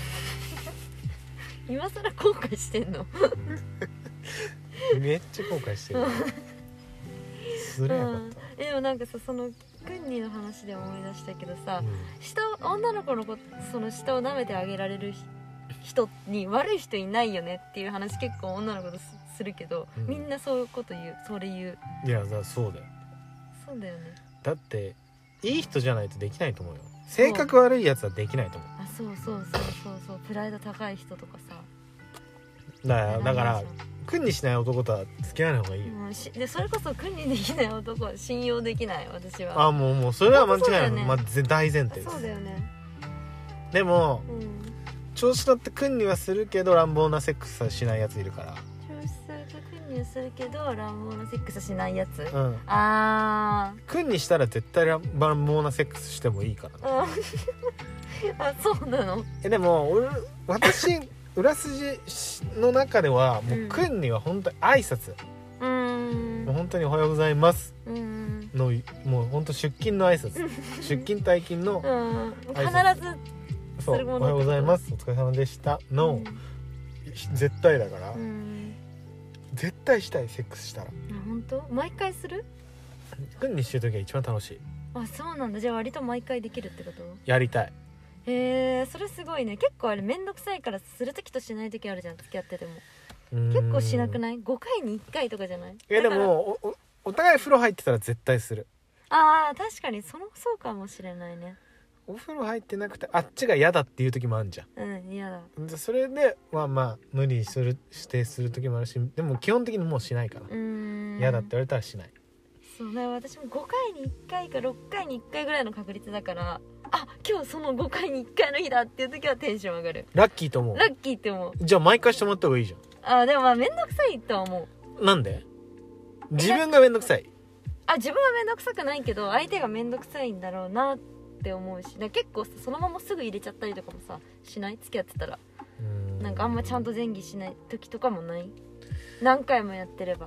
今更後悔してんのめっちゃ後悔してるすればよかった。 でもなんかさ、そのクンニの話で思い出したけどさ、女の子のその下を舐めてあげられる人に悪い人いないよねっていう話結構女の子とするけど、みんなそういうこと言う、それ言う。 いやそうだよ。 そうだよね。 だっていい人じゃないとできないと思うよ。性格悪いやつはできないと思う。 そうプライド高い人とかさ。 だから君にしない男とは付き合わない方がいいよ。 でそれこそ君にできない男は信用できない、私は。 もうそれは間違いない、ね、大前提です。 そうだよね。 でも、調子乗って君にはするけど乱暴なセックスはしないやついるから。 調子すると君にはするけど乱暴なセックスしないやつ。 君にしたら絶対乱暴なセックスしてもいいからね。 そうなの？ でも私裏筋の中ではもう君には本当に挨拶、もう本当におはようございますの、もう本当出勤の挨拶出勤退勤の必ずそう、おはようございます、お疲れ様でしたの、絶対だから、絶対したい、セックスしたら。 本当？毎回する？ 君にしてる時が一番楽しい。 そうなんだ。じゃあ割と毎回できるってこと？ やりたい。 それすごいね。結構あれめんどくさいからする時としない時あるじゃん、付き合ってても。結構しなくない？ 5 回に1回とかじゃない？ でも お互い風呂入ってたら絶対する。 確かにそうかもしれないね。 お風呂入ってなくてあっちが嫌だっていう時もあるじゃん。嫌だ。 それでまあ無理する時もあるし、でも基本的にもうしないから。嫌だって言われたらしない。 そうね、私も5回に1回か6回に1回ぐらいの確率だから、あ、今日その5回に1回の日だっていう時はテンション上がる。 ラッキーと思う。 ラッキーって思う。 じゃあ毎回してもらった方がいいじゃあ、でもまあめんどくさいとは思ん。なんで？自分がめんどくさい。 自分はめんどくさくないけど相手がめんどくさいんだろうなって思うし、結構そのまますぐ入れちゃったりとかもさしない？付き合ってたらなんかあんまちゃんと前儀しない時とかもない？何回もやってれば。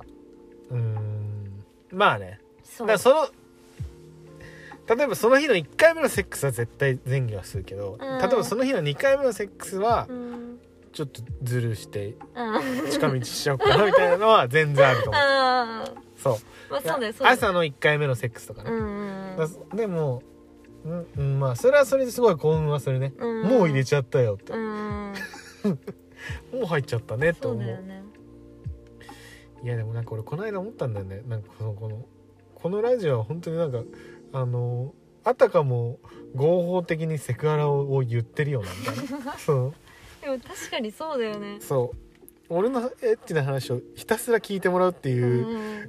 まあね。 そうだから例えばその日の1回目のセックスは絶対前儀はするけど、例えばその日の2回目のセックスはちょっとズルして近道しちゃおうかなみたいなのは全然あると思う。そう、 まあ、そうだよそうだよ。 朝の1回目のセックスとかね、でもまあそれはそれですごい興奮はするね、もう入れちゃったよってもう入っちゃったねと思う。そうだよね。いやでもなんか俺この間思ったんだよね。なんかこのラジオは本当になんかあたかも合法的にセクハラを言ってるよなみたいなそうでも確かにそうだよね。 そう俺のエッチな話をひたすら聞いてもらうっていう、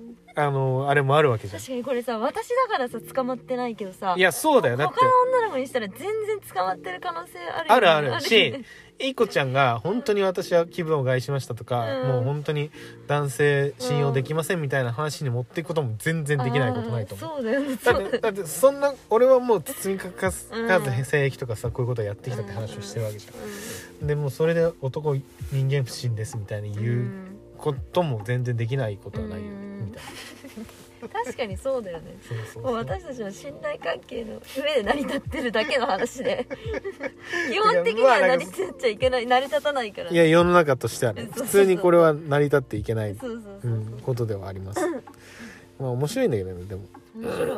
あれもあるわけじゃん。 確かにこれさ、私だからさ捕まってないけどさ、 いやそうだよ。だって他の女の子にしたら全然捕まってる可能性あるよね。 あるし、いい子ちゃんが本当に私は気分を害しましたとか、もう本当に男性信用できませんみたいな話に持っていくことも全然できないことないと思う。 そうだよね。 だってそんな俺はもう包み隠さず性癖とかさこういうことをやってきたって話をしてるわけじゃん。でもそれで男人間不信ですみたいに言うことも全然できないことはないよみたいな。 確かにそうだよね。 そうもう私たちの信頼関係の上で成り立ってるだけの話で基本的には成り立っちゃいけない、成り立たないから。 いや世の中としてはね、普通にこれは成り立っていけないことではあります。まあ面白いんだけどね。でも面白い。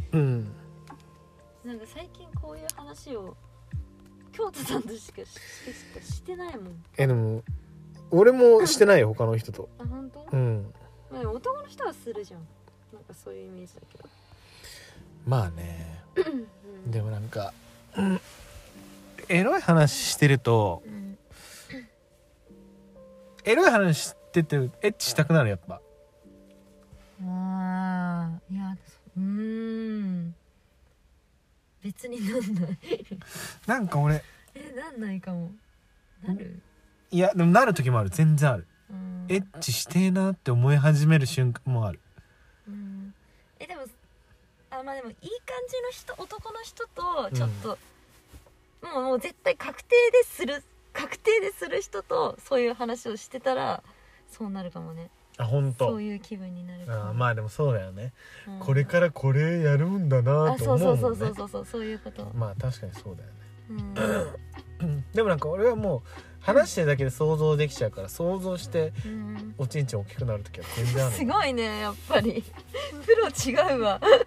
なんか最近こういう話を京都さんとしかしてないもん。 でも俺もしてないよ他の人と。 あ、本当？まあ、でも男の人はするじゃん。なんかそういうイメージだけど。 まあねでもなんか、エロい話してると、エロい話しててエッチしたくなるやっぱ。 いや別になんないなんか俺なんないかも。なる？ いやでもなる時もある。全然ある。エッチしてえなって思い始める瞬間もある。でもまあでもいい感じの人、男の人とちょっと、もう絶対確定でする人とそういう話をしてたらそうなるかもね。あ、本当。そういう気分になるかも。まあでもそうだよね、これからこれやるんだなと思うもんね。そういうこと。まあ確かにそうだよね、でもなんか俺はもう話してるだけで想像できちゃうから、想像しておちんちん大きくなるときは全然ある。すごいね、やっぱりプロ違うわ想像だ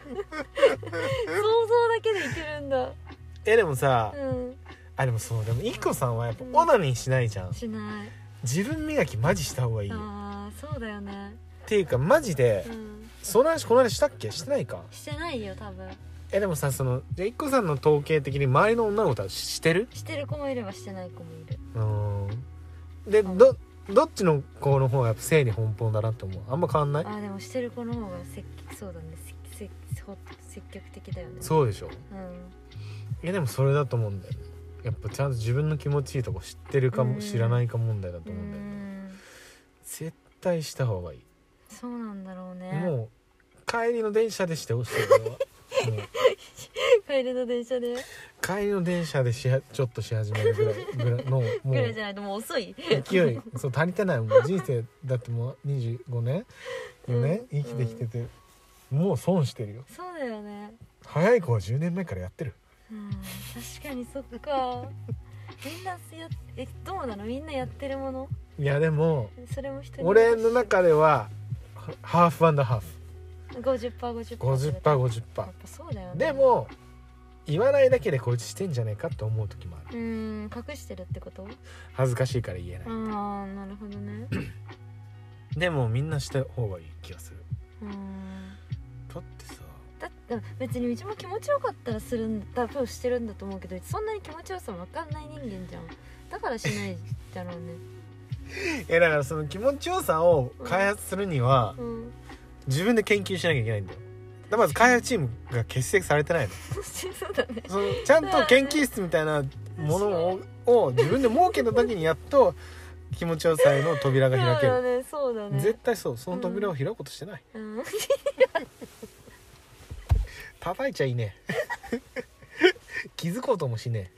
けでいけるんだ。でもさ、でもそう、でもいっこさんはやっぱオナニーしないじゃん。しない。自分磨きマジした方がいいよ。そうだよね。っていうかマジで、その話この話したっけ？してないか。してないよ多分。でもさ、じゃあいっこさんの統計的に周りの女の子とはしてる子もいればしてない子もいる。で、どっちの子の方がやっぱ性に奔放だなって思う？あんま変わんない？でもしてる子の方がそうだね、積極的だよね。そうでしょ。でもそれだと思うんだよね。やっぱちゃんと自分の気持ちいいとこ知ってるかも知らないか問題だと思うんだよね。絶対した方がいい。そうなんだろうね。もう帰りの電車でしてほしいのは帰りの電車でちょっとし始めるぐらいのもうぐらいじゃないともう遅い勢いそう足りてない。もう人生だってもう25年4年生きてきてて、もう損してるよ。そうだよね。早い子は10年前からやってる。確かにそっかみんなどうなの？みんなやってるもの？いやでもそれも俺の中ではハーフ&ハーフ。50%、やっぱそうだよね。でも言わないだけでこいつしてんじゃねえかって思う時もある。隠してるってこと？恥ずかしいから言えない。ああ、なるほどねでもみんなした方がいい気がする。だってさ、別にうちも気持ちよかったらするんだ、多分してるんだと思うけど、そんなに気持ちよさ分かんない人間じゃん。だからしないだろうねだからその気持ちよさを開発するには、自分で研究しなきゃいけないんだよ。 だまず開発チームが結成されてないのそうだね。 そのちゃんと研究室みたいなものを自分で設けた時にやっと気持ちよさへの扉が開ける。 そうだね、そうだね。 絶対そう。その扉を開こうとしてない、 うん、 叩いちゃいねえ気づこうともしね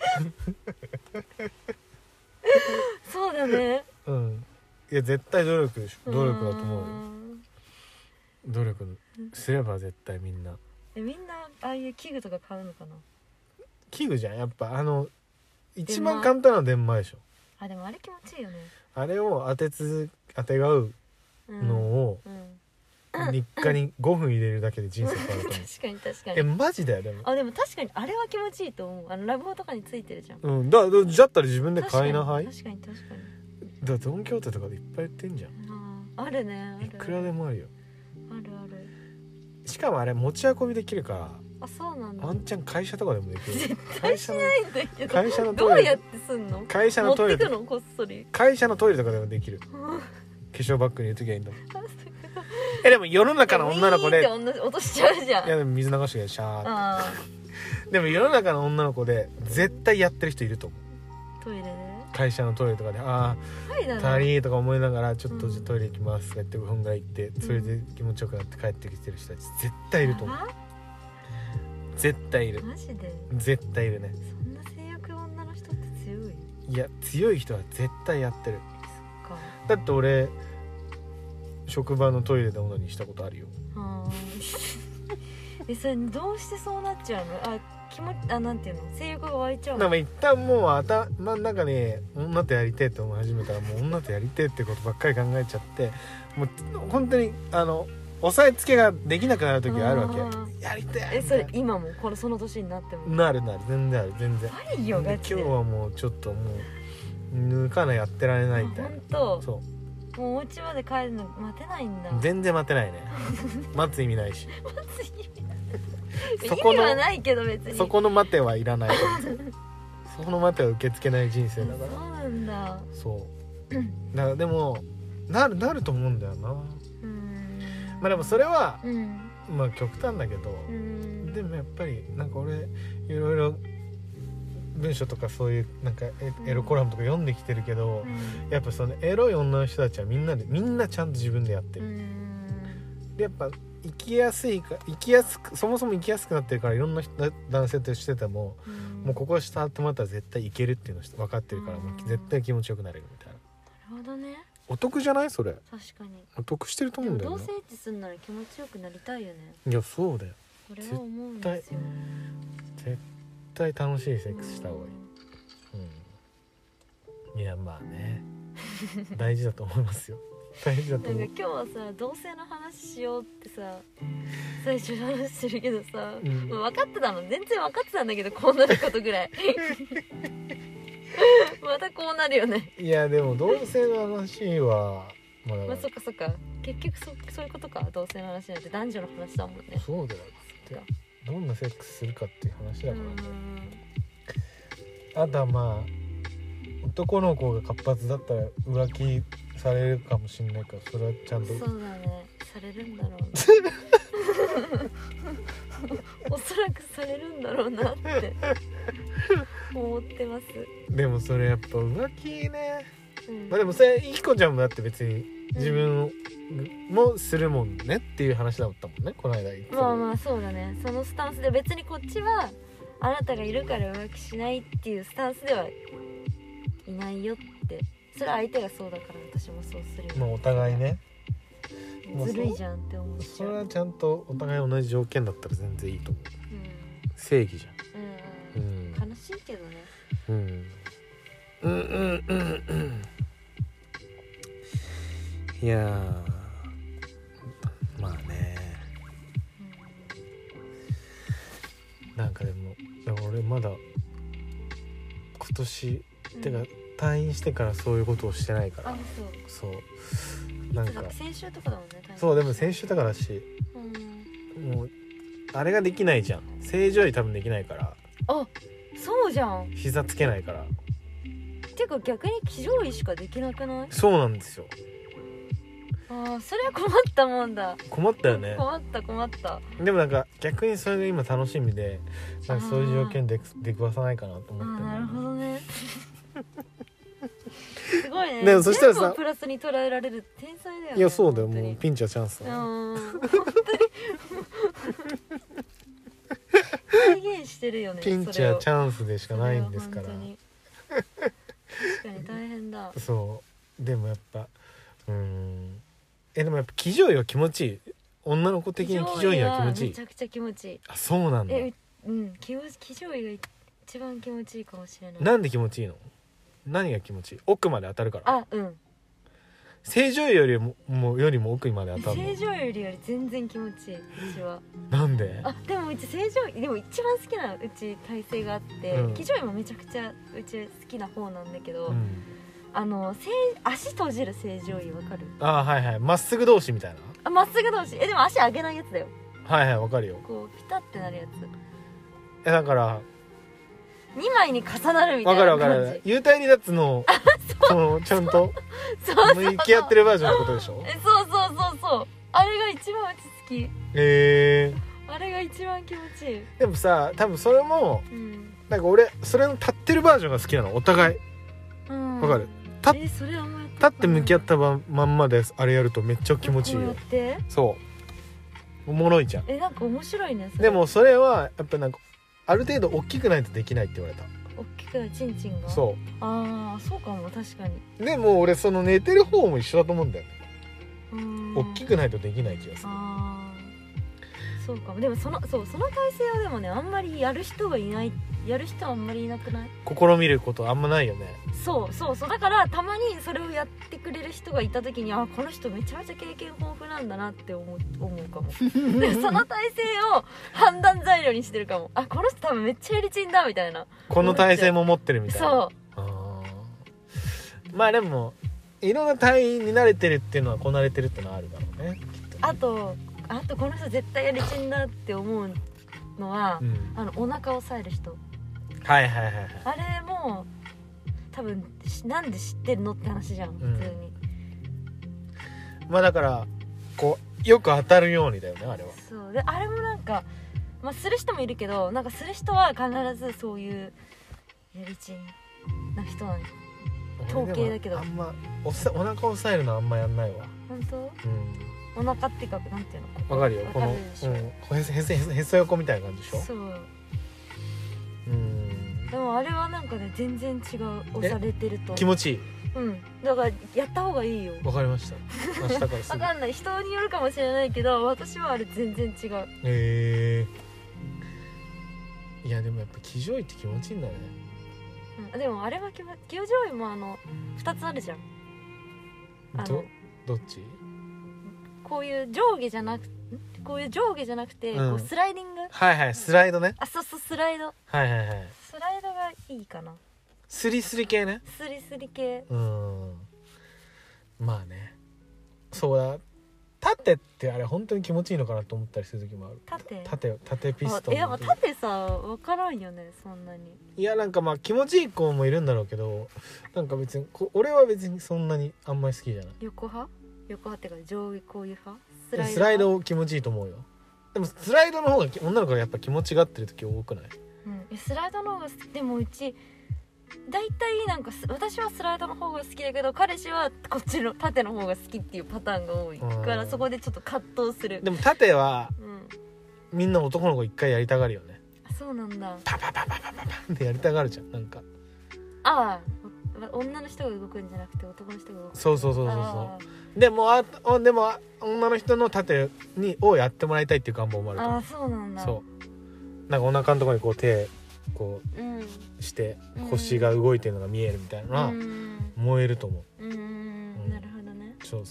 そうだね。 え。うんいや絶対努力だと思うよ。努力すれば絶対みんな。 みんなああいう器具とか買うのかな。 器具じゃんやっぱ一番簡単な電話でしょ。 あでもあれ気持ちいいよね。 あれを当てがうのを日課に5分入れるだけで人生変わると思う確かに確かに。 マジだよ。でもでも確かにあれは気持ちいいと思う。ラブホとかについてるじゃん。 うんだったら自分で買いなはい。 確かに確かに。 だからドンキョーテとかでいっぱい売ってんじゃん。 あるね。 いくらでもあるよ。 あるある。 しかもあれ持ち運びできるから。 あそうなんだ。 ワンチャン会社とかでもできる。 絶対しないんだけど。 会社のトイレどうやってすんの？ 会社のトイレ持ってくのこっそり。 会社のトイレとかでもできる。化粧バッグに入れときゃいいんだもん。でも世の中の女の子で落としちゃうじゃん。 いやでも水流してシャーあでも世の中の女の子で絶対やってる人いると思う。 トイレで会社のトイレとかで足りとか思いながらちょっとトイレ行きますとか言って5分ぐらい行ってそれで気持ちよくなって帰ってきてる人たち絶対いると思う。絶対いる。 マジで絶対いるね。 そんな性欲女の人って強い？ いや強い人は絶対やってる。 そっか。 だって俺職場のトイレでオナニーしたことあるよ。 それどうしてそうなっちゃうの？なんていうの？性欲が湧いちゃうの？ なんか一旦もう頭の中に女とやりてえって思い始めたらもう女とやりてえってことばっかり考えちゃってもう本当に押さえつけができなくなる時があるわけ。やりてえ。 それ今もその年になってもなる全然ある全然。 あるよガチで。 今日はもうちょっともう抜かなやってられないみたいな。 本当。 そうもうお家まで帰るの待てないんだ。 全然待てないね待つ意味ないし意味はないけど別にそこの待てはいらないそこの待ては受け付けない人生だから。 そうなんだ。 そうだからでもなると思うんだよな。まあでもそれは、まあ極端だけど、でもやっぱりなんか俺いろいろ文章とかそういうなんかエロコラムとか読んできてるけど、やっぱそのエロい女の人たちはみんなちゃんと自分でやってる。でやっぱ生きやすくそもそも生きやすくなってるからいろんな男性としてても、もうここを触ってもらったら絶対いけるっていうの分かってるから、もう絶対気持ちよくなれるみたいな。 なるほどね。 お得じゃないそれ。 確かにお得してると思うんだよね。 同性エッチすんなら気持ちよくなりたいよね。 いやそうだよ。 これは思うんですよ。 絶対楽しいセックスした方がいい。いやまあね大事だと思いますよ。大事だと思う。 なんか今日はさ同性の話しようってさ最初話してるけどさ、もう分かってたの全然分かってたんだけどこうなることぐらいまたこうなるよね。いやでも同性の話はまあそっかそっか結局そういうことか。同性の話なんて男女の話だもんね。 そうだよ。どんなセックスするかっていう話だからね。あとはまあ男の子が活発だったら浮気されるかもしれないからそれはちゃんと。 そうだねされるんだろうなおそらくされるんだろうなって思ってます。 でもそれやっぱ浮気ね、まあでもそれいきこちゃんもだって別に自分もするもんねっていう話だったもんねこの間言って。 まあまあそうだね。そのスタンスで別にこっちはあなたがいるから浮気しないっていうスタンスではいないよって。それは相手がそうだから私もそうするよ。 まあお互いねずるいじゃんって思っちゃう。 それはちゃんとお互い同じ条件だったら全然いいと思う、正義じゃん、 悲しいけどね。 いやまあね、なんかでも俺まだ今年、てか退院してからそういうことをしてないから。そうなんか先週とかだもんね。 そうでも先週とかだし、もうあれができないじゃん。正常位多分できないから。 あ、そうじゃん。 膝つけないから。 てか逆に騎乗位しかできなくない？ そうなんですよ。 ああそれは困ったもんだ。 困ったよね。 困った。 でもなんか逆にそれが今楽しみで、なんかそういう条件で出くわさないかなと思ってる。 なるほどね。すごいね。 でもそしたらさ、 全部プラスに捉えられる天才だよね。 いやそうだよ、もうピンチはチャンスだよ。 本当に再現してるよね。 ピンチはチャンスでしかないんですから。 確かに大変だ。 そうでもやっぱでもやっぱ騎乗位は気持ちいい。女の子的に騎乗位は気持ちいい。 めちゃくちゃ気持ちいい。 あ、そうなんだ。 騎乗位が一番気持ちいいかもしれない。 なんで気持ちいいの？何が気持ちいい？奥まで当たるから。 あ、うん。 正常位よりも奥まで当たるの？ 正常位より全然気持ちいい。うちは。 なんで？ あ、でもうち正常位でも一番好きなうち体勢があって、騎乗位もめちゃくちゃうち好きな方なんだけど、足閉じる正常位わかる？ あ、はいはい。まっすぐ同士みたいな。 あ、まっすぐ同士。でも足上げないやつだよ。 はいはい、わかるよ。 こうピタってなるやつ。 だから 2枚に重なるみたいな感じ。 わかる。幽体離脱のそのちゃんと向き合ってるバージョンのことでしょ？ そう。あれが一番うち好き。あれが一番気持ちいい。 でもさ、多分それも、なんか俺それの立ってるバージョンが好きなの、お互い。わかる？ それあんま立って向き合ったまんまであれやるとめっちゃ気持ちいいよ。 こうやってそうおもろいじゃん。 なんか面白いね。 でもそれはやっぱなんかある程度大きくないとできないって言われた。 大きくないチンチンが。 そう。 ああ、そうかも確かに。 でも俺その寝てる方も一緒だと思うんだよね。大きくないとできない気がする。 ああ、そうかも。でもその体勢はでもね、あんまりやる人はあんまりいなくない？ 試みることあんまないよね。 そうだからたまにそれをやってくれる人がいた時に、あ、この人めちゃめちゃ経験豊富なんだなって思うかも。でその体勢を判断材料にしてるかも。あ、この人多分めっちゃやりちんだみたいな。 この体勢も持ってるみたいな。 そう。 まあでもいろんな体位に慣れてるっていうのはこなれてるってのはあるだろうね、きっとね。 あとこの人絶対やりちんだって思うのは、お腹を押さえる人。 はい。 あれも多分なんで知ってるのって話じゃん、普通に。 まあだからこうよく当たるようにだよね、あれは。 そうで、あれもなんか、まあ、する人もいるけど、なんかする人は必ずそういうやりちんな人なの。統計だけどあんまお腹押さえるのあんまやんないわ。 本当？お腹っていうか、なんていうの？ わかるよ。このへそ横みたいな感じでしょ？ そう。でもあれはなんかね、全然違う。押されてると気持ちいい。 だからやった方がいいよ。 わかりました。明日からすぐ。 わかんない、人によるかもしれないけど、私はあれ全然違う。 いやでもやっぱ騎乗位って気持ちいいんだね。 でもあれは騎乗位も2つあるじゃん。 どっち？ こういう上下じゃなくて、こうスライディング。 はいはい、スライドね。 あ、そうスライド。 はい。 スライドがいいかな。 スリ系ね。 スリ系。 まあね。そうだ。縦ってあれ本当に気持ちいいのかなと思ったりする時もある。縦ピストン。 縦さ、分からんよね、そんなに。 いやなんかまあ気持ちいい子もいるんだろうけど、なんか別に俺は別にそんなにあんまり好きじゃない。 横派ってか上下こういう派？ スライド気持ちいいと思うよ。でもスライドの方が女の子がやっぱ気持ちがってる時多くない？ スライドの方が好き。でもうち大体なんか私はスライドの方が好きだけど、彼氏はこっちの縦の方が好きっていうパターンが多いから、そこでちょっと葛藤する。 でも縦は、みんな男の子一回やりたがるよね。 そうなんだ。 パってやりたがるじゃん、なんか。 女の人が動くんじゃなくて男の人が動く。 そうでも女の人の縦をやってもらいたいっていう願望もあると。 そうなんだ。 なんかお腹のところにこう手こうして腰が動いてるのが見えるみたいなのは燃えると思う。 なるほどね。 そう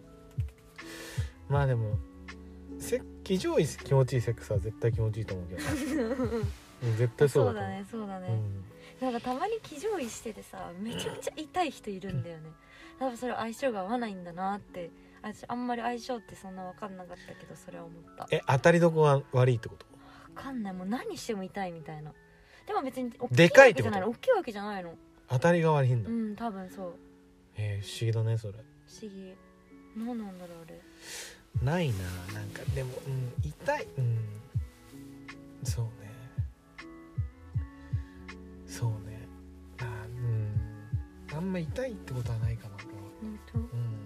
まあでも騎乗位気持ちいいセックスは絶対気持ちいいと思うけど絶対そうだね。なんかたまに騎乗位しててさ、めちゃくちゃ痛い人いるんだよね。多分それ相性が合わないんだなって。私あんまり相性ってそんな分かんなかったけど、それは思った。当たりどこが悪いってこと？分かんない。もう何しても痛いみたいな。でも別にでかいってこと？大きいわけじゃないの。当たりが悪いんだ。多分そう。不思議だねそれ。不思議。 何なんだろうあれ。 ないな、なんかでも、痛い、そうねそうね、あんま痛いってことはないかな。 本当？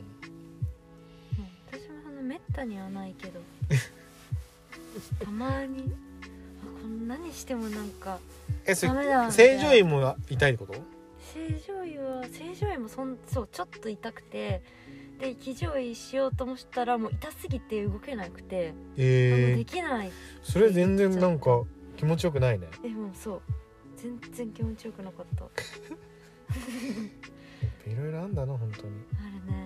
私もめったにはないけどたまにこんなにしてもなんかダメだ。 正常位も痛いってこと？ 正常位もそうちょっと痛くて、で騎乗位しようと思ったらもう痛すぎて動けなくて、できない。 それ全然なんか気持ちよくないね。 もうそう全然気持ちよくなかったいろいろあんだな本当に。 あるね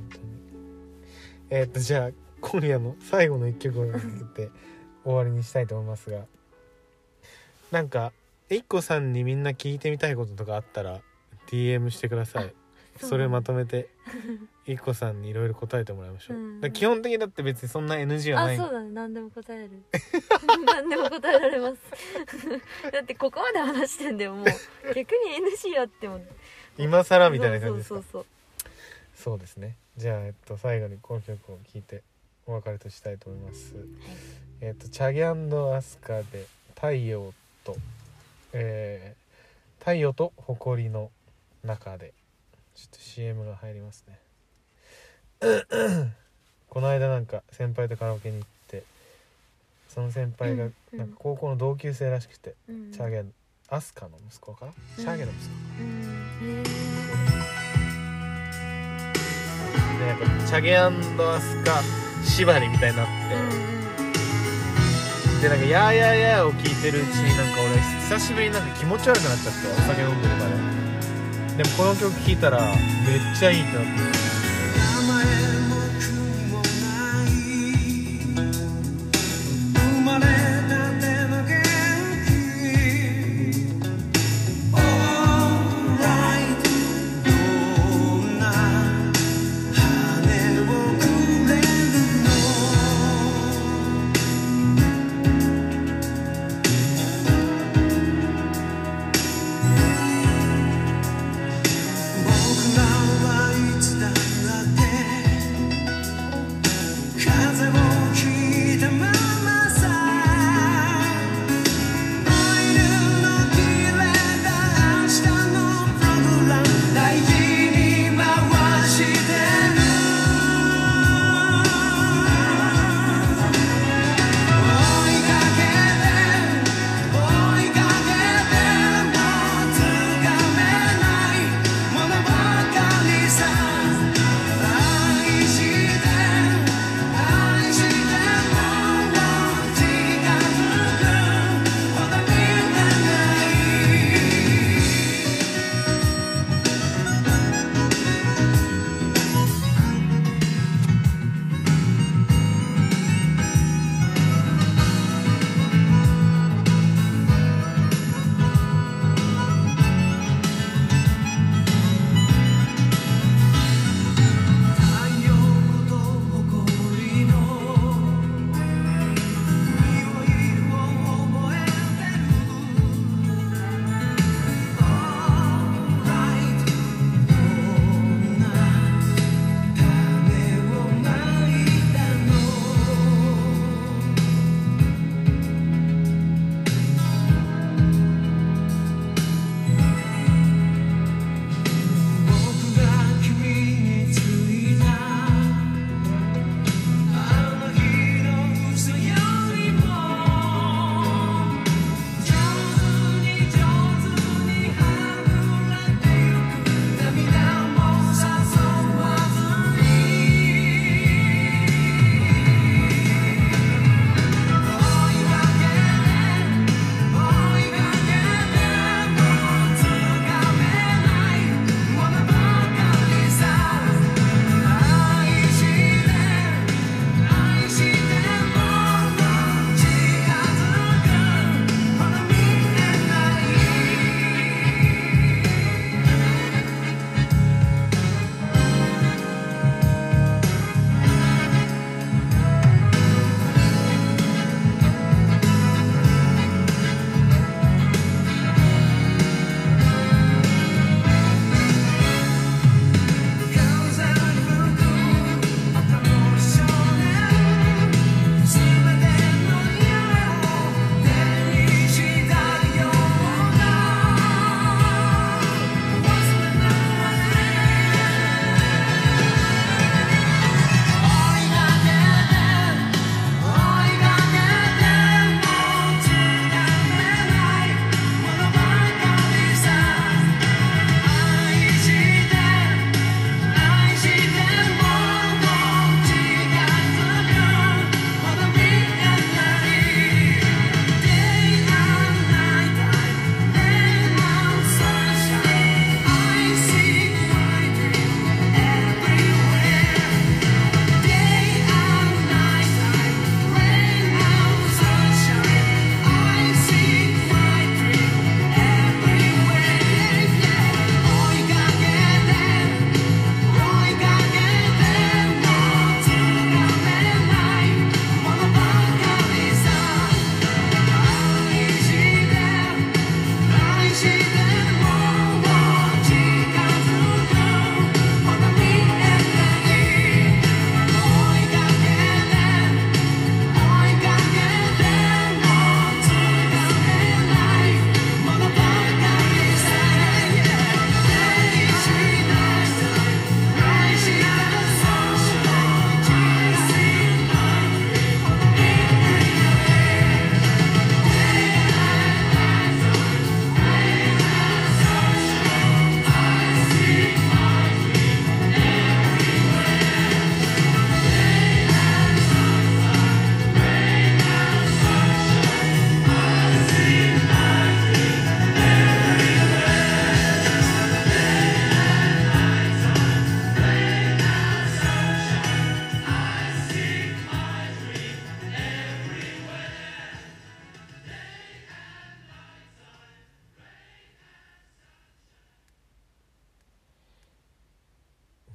本当に。じゃあ今夜の最後の一曲をかけて終わりにしたいと思いますが、なんかIKKOさんにみんな聞いてみたいこととかあったら DM してください。それまとめてIKKOさんにいろいろ答えてもらいましょう。基本的にだって別にそんな NG はない。 そうだね、何でも答える何でも答えられますだってここまで話してんだよ。もう逆に NG あっても今更みたいな感じですか。そうですね。じゃあ最後にこの曲を聴いてお別れとしたいと思います。チャゲ&アスカで太陽と埃の中で。ちょっと CM が入りますねこの間なんか先輩とカラオケに行って、その先輩がなんか高校の同級生らしくて、チャゲアスカの息子かな、チャゲの息子で、なんかチャゲ&アスカ縛りみたいになって、でなんかヤーヤーヤーを聞いてるうちになんか俺久しぶりになんか気持ち悪くなっちゃって、お酒飲んでるから。でもこの曲聴いたらめっちゃいいってなって、 僕らはいつだって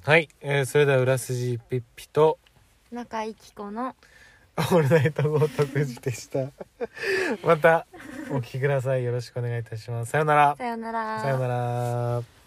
はい、それでは裏筋ピッピと中井貴子のオールナイトゴートクジでしたまたお聞きください。よろしくお願いいたします。さよなら。 さよなら。 さよなら。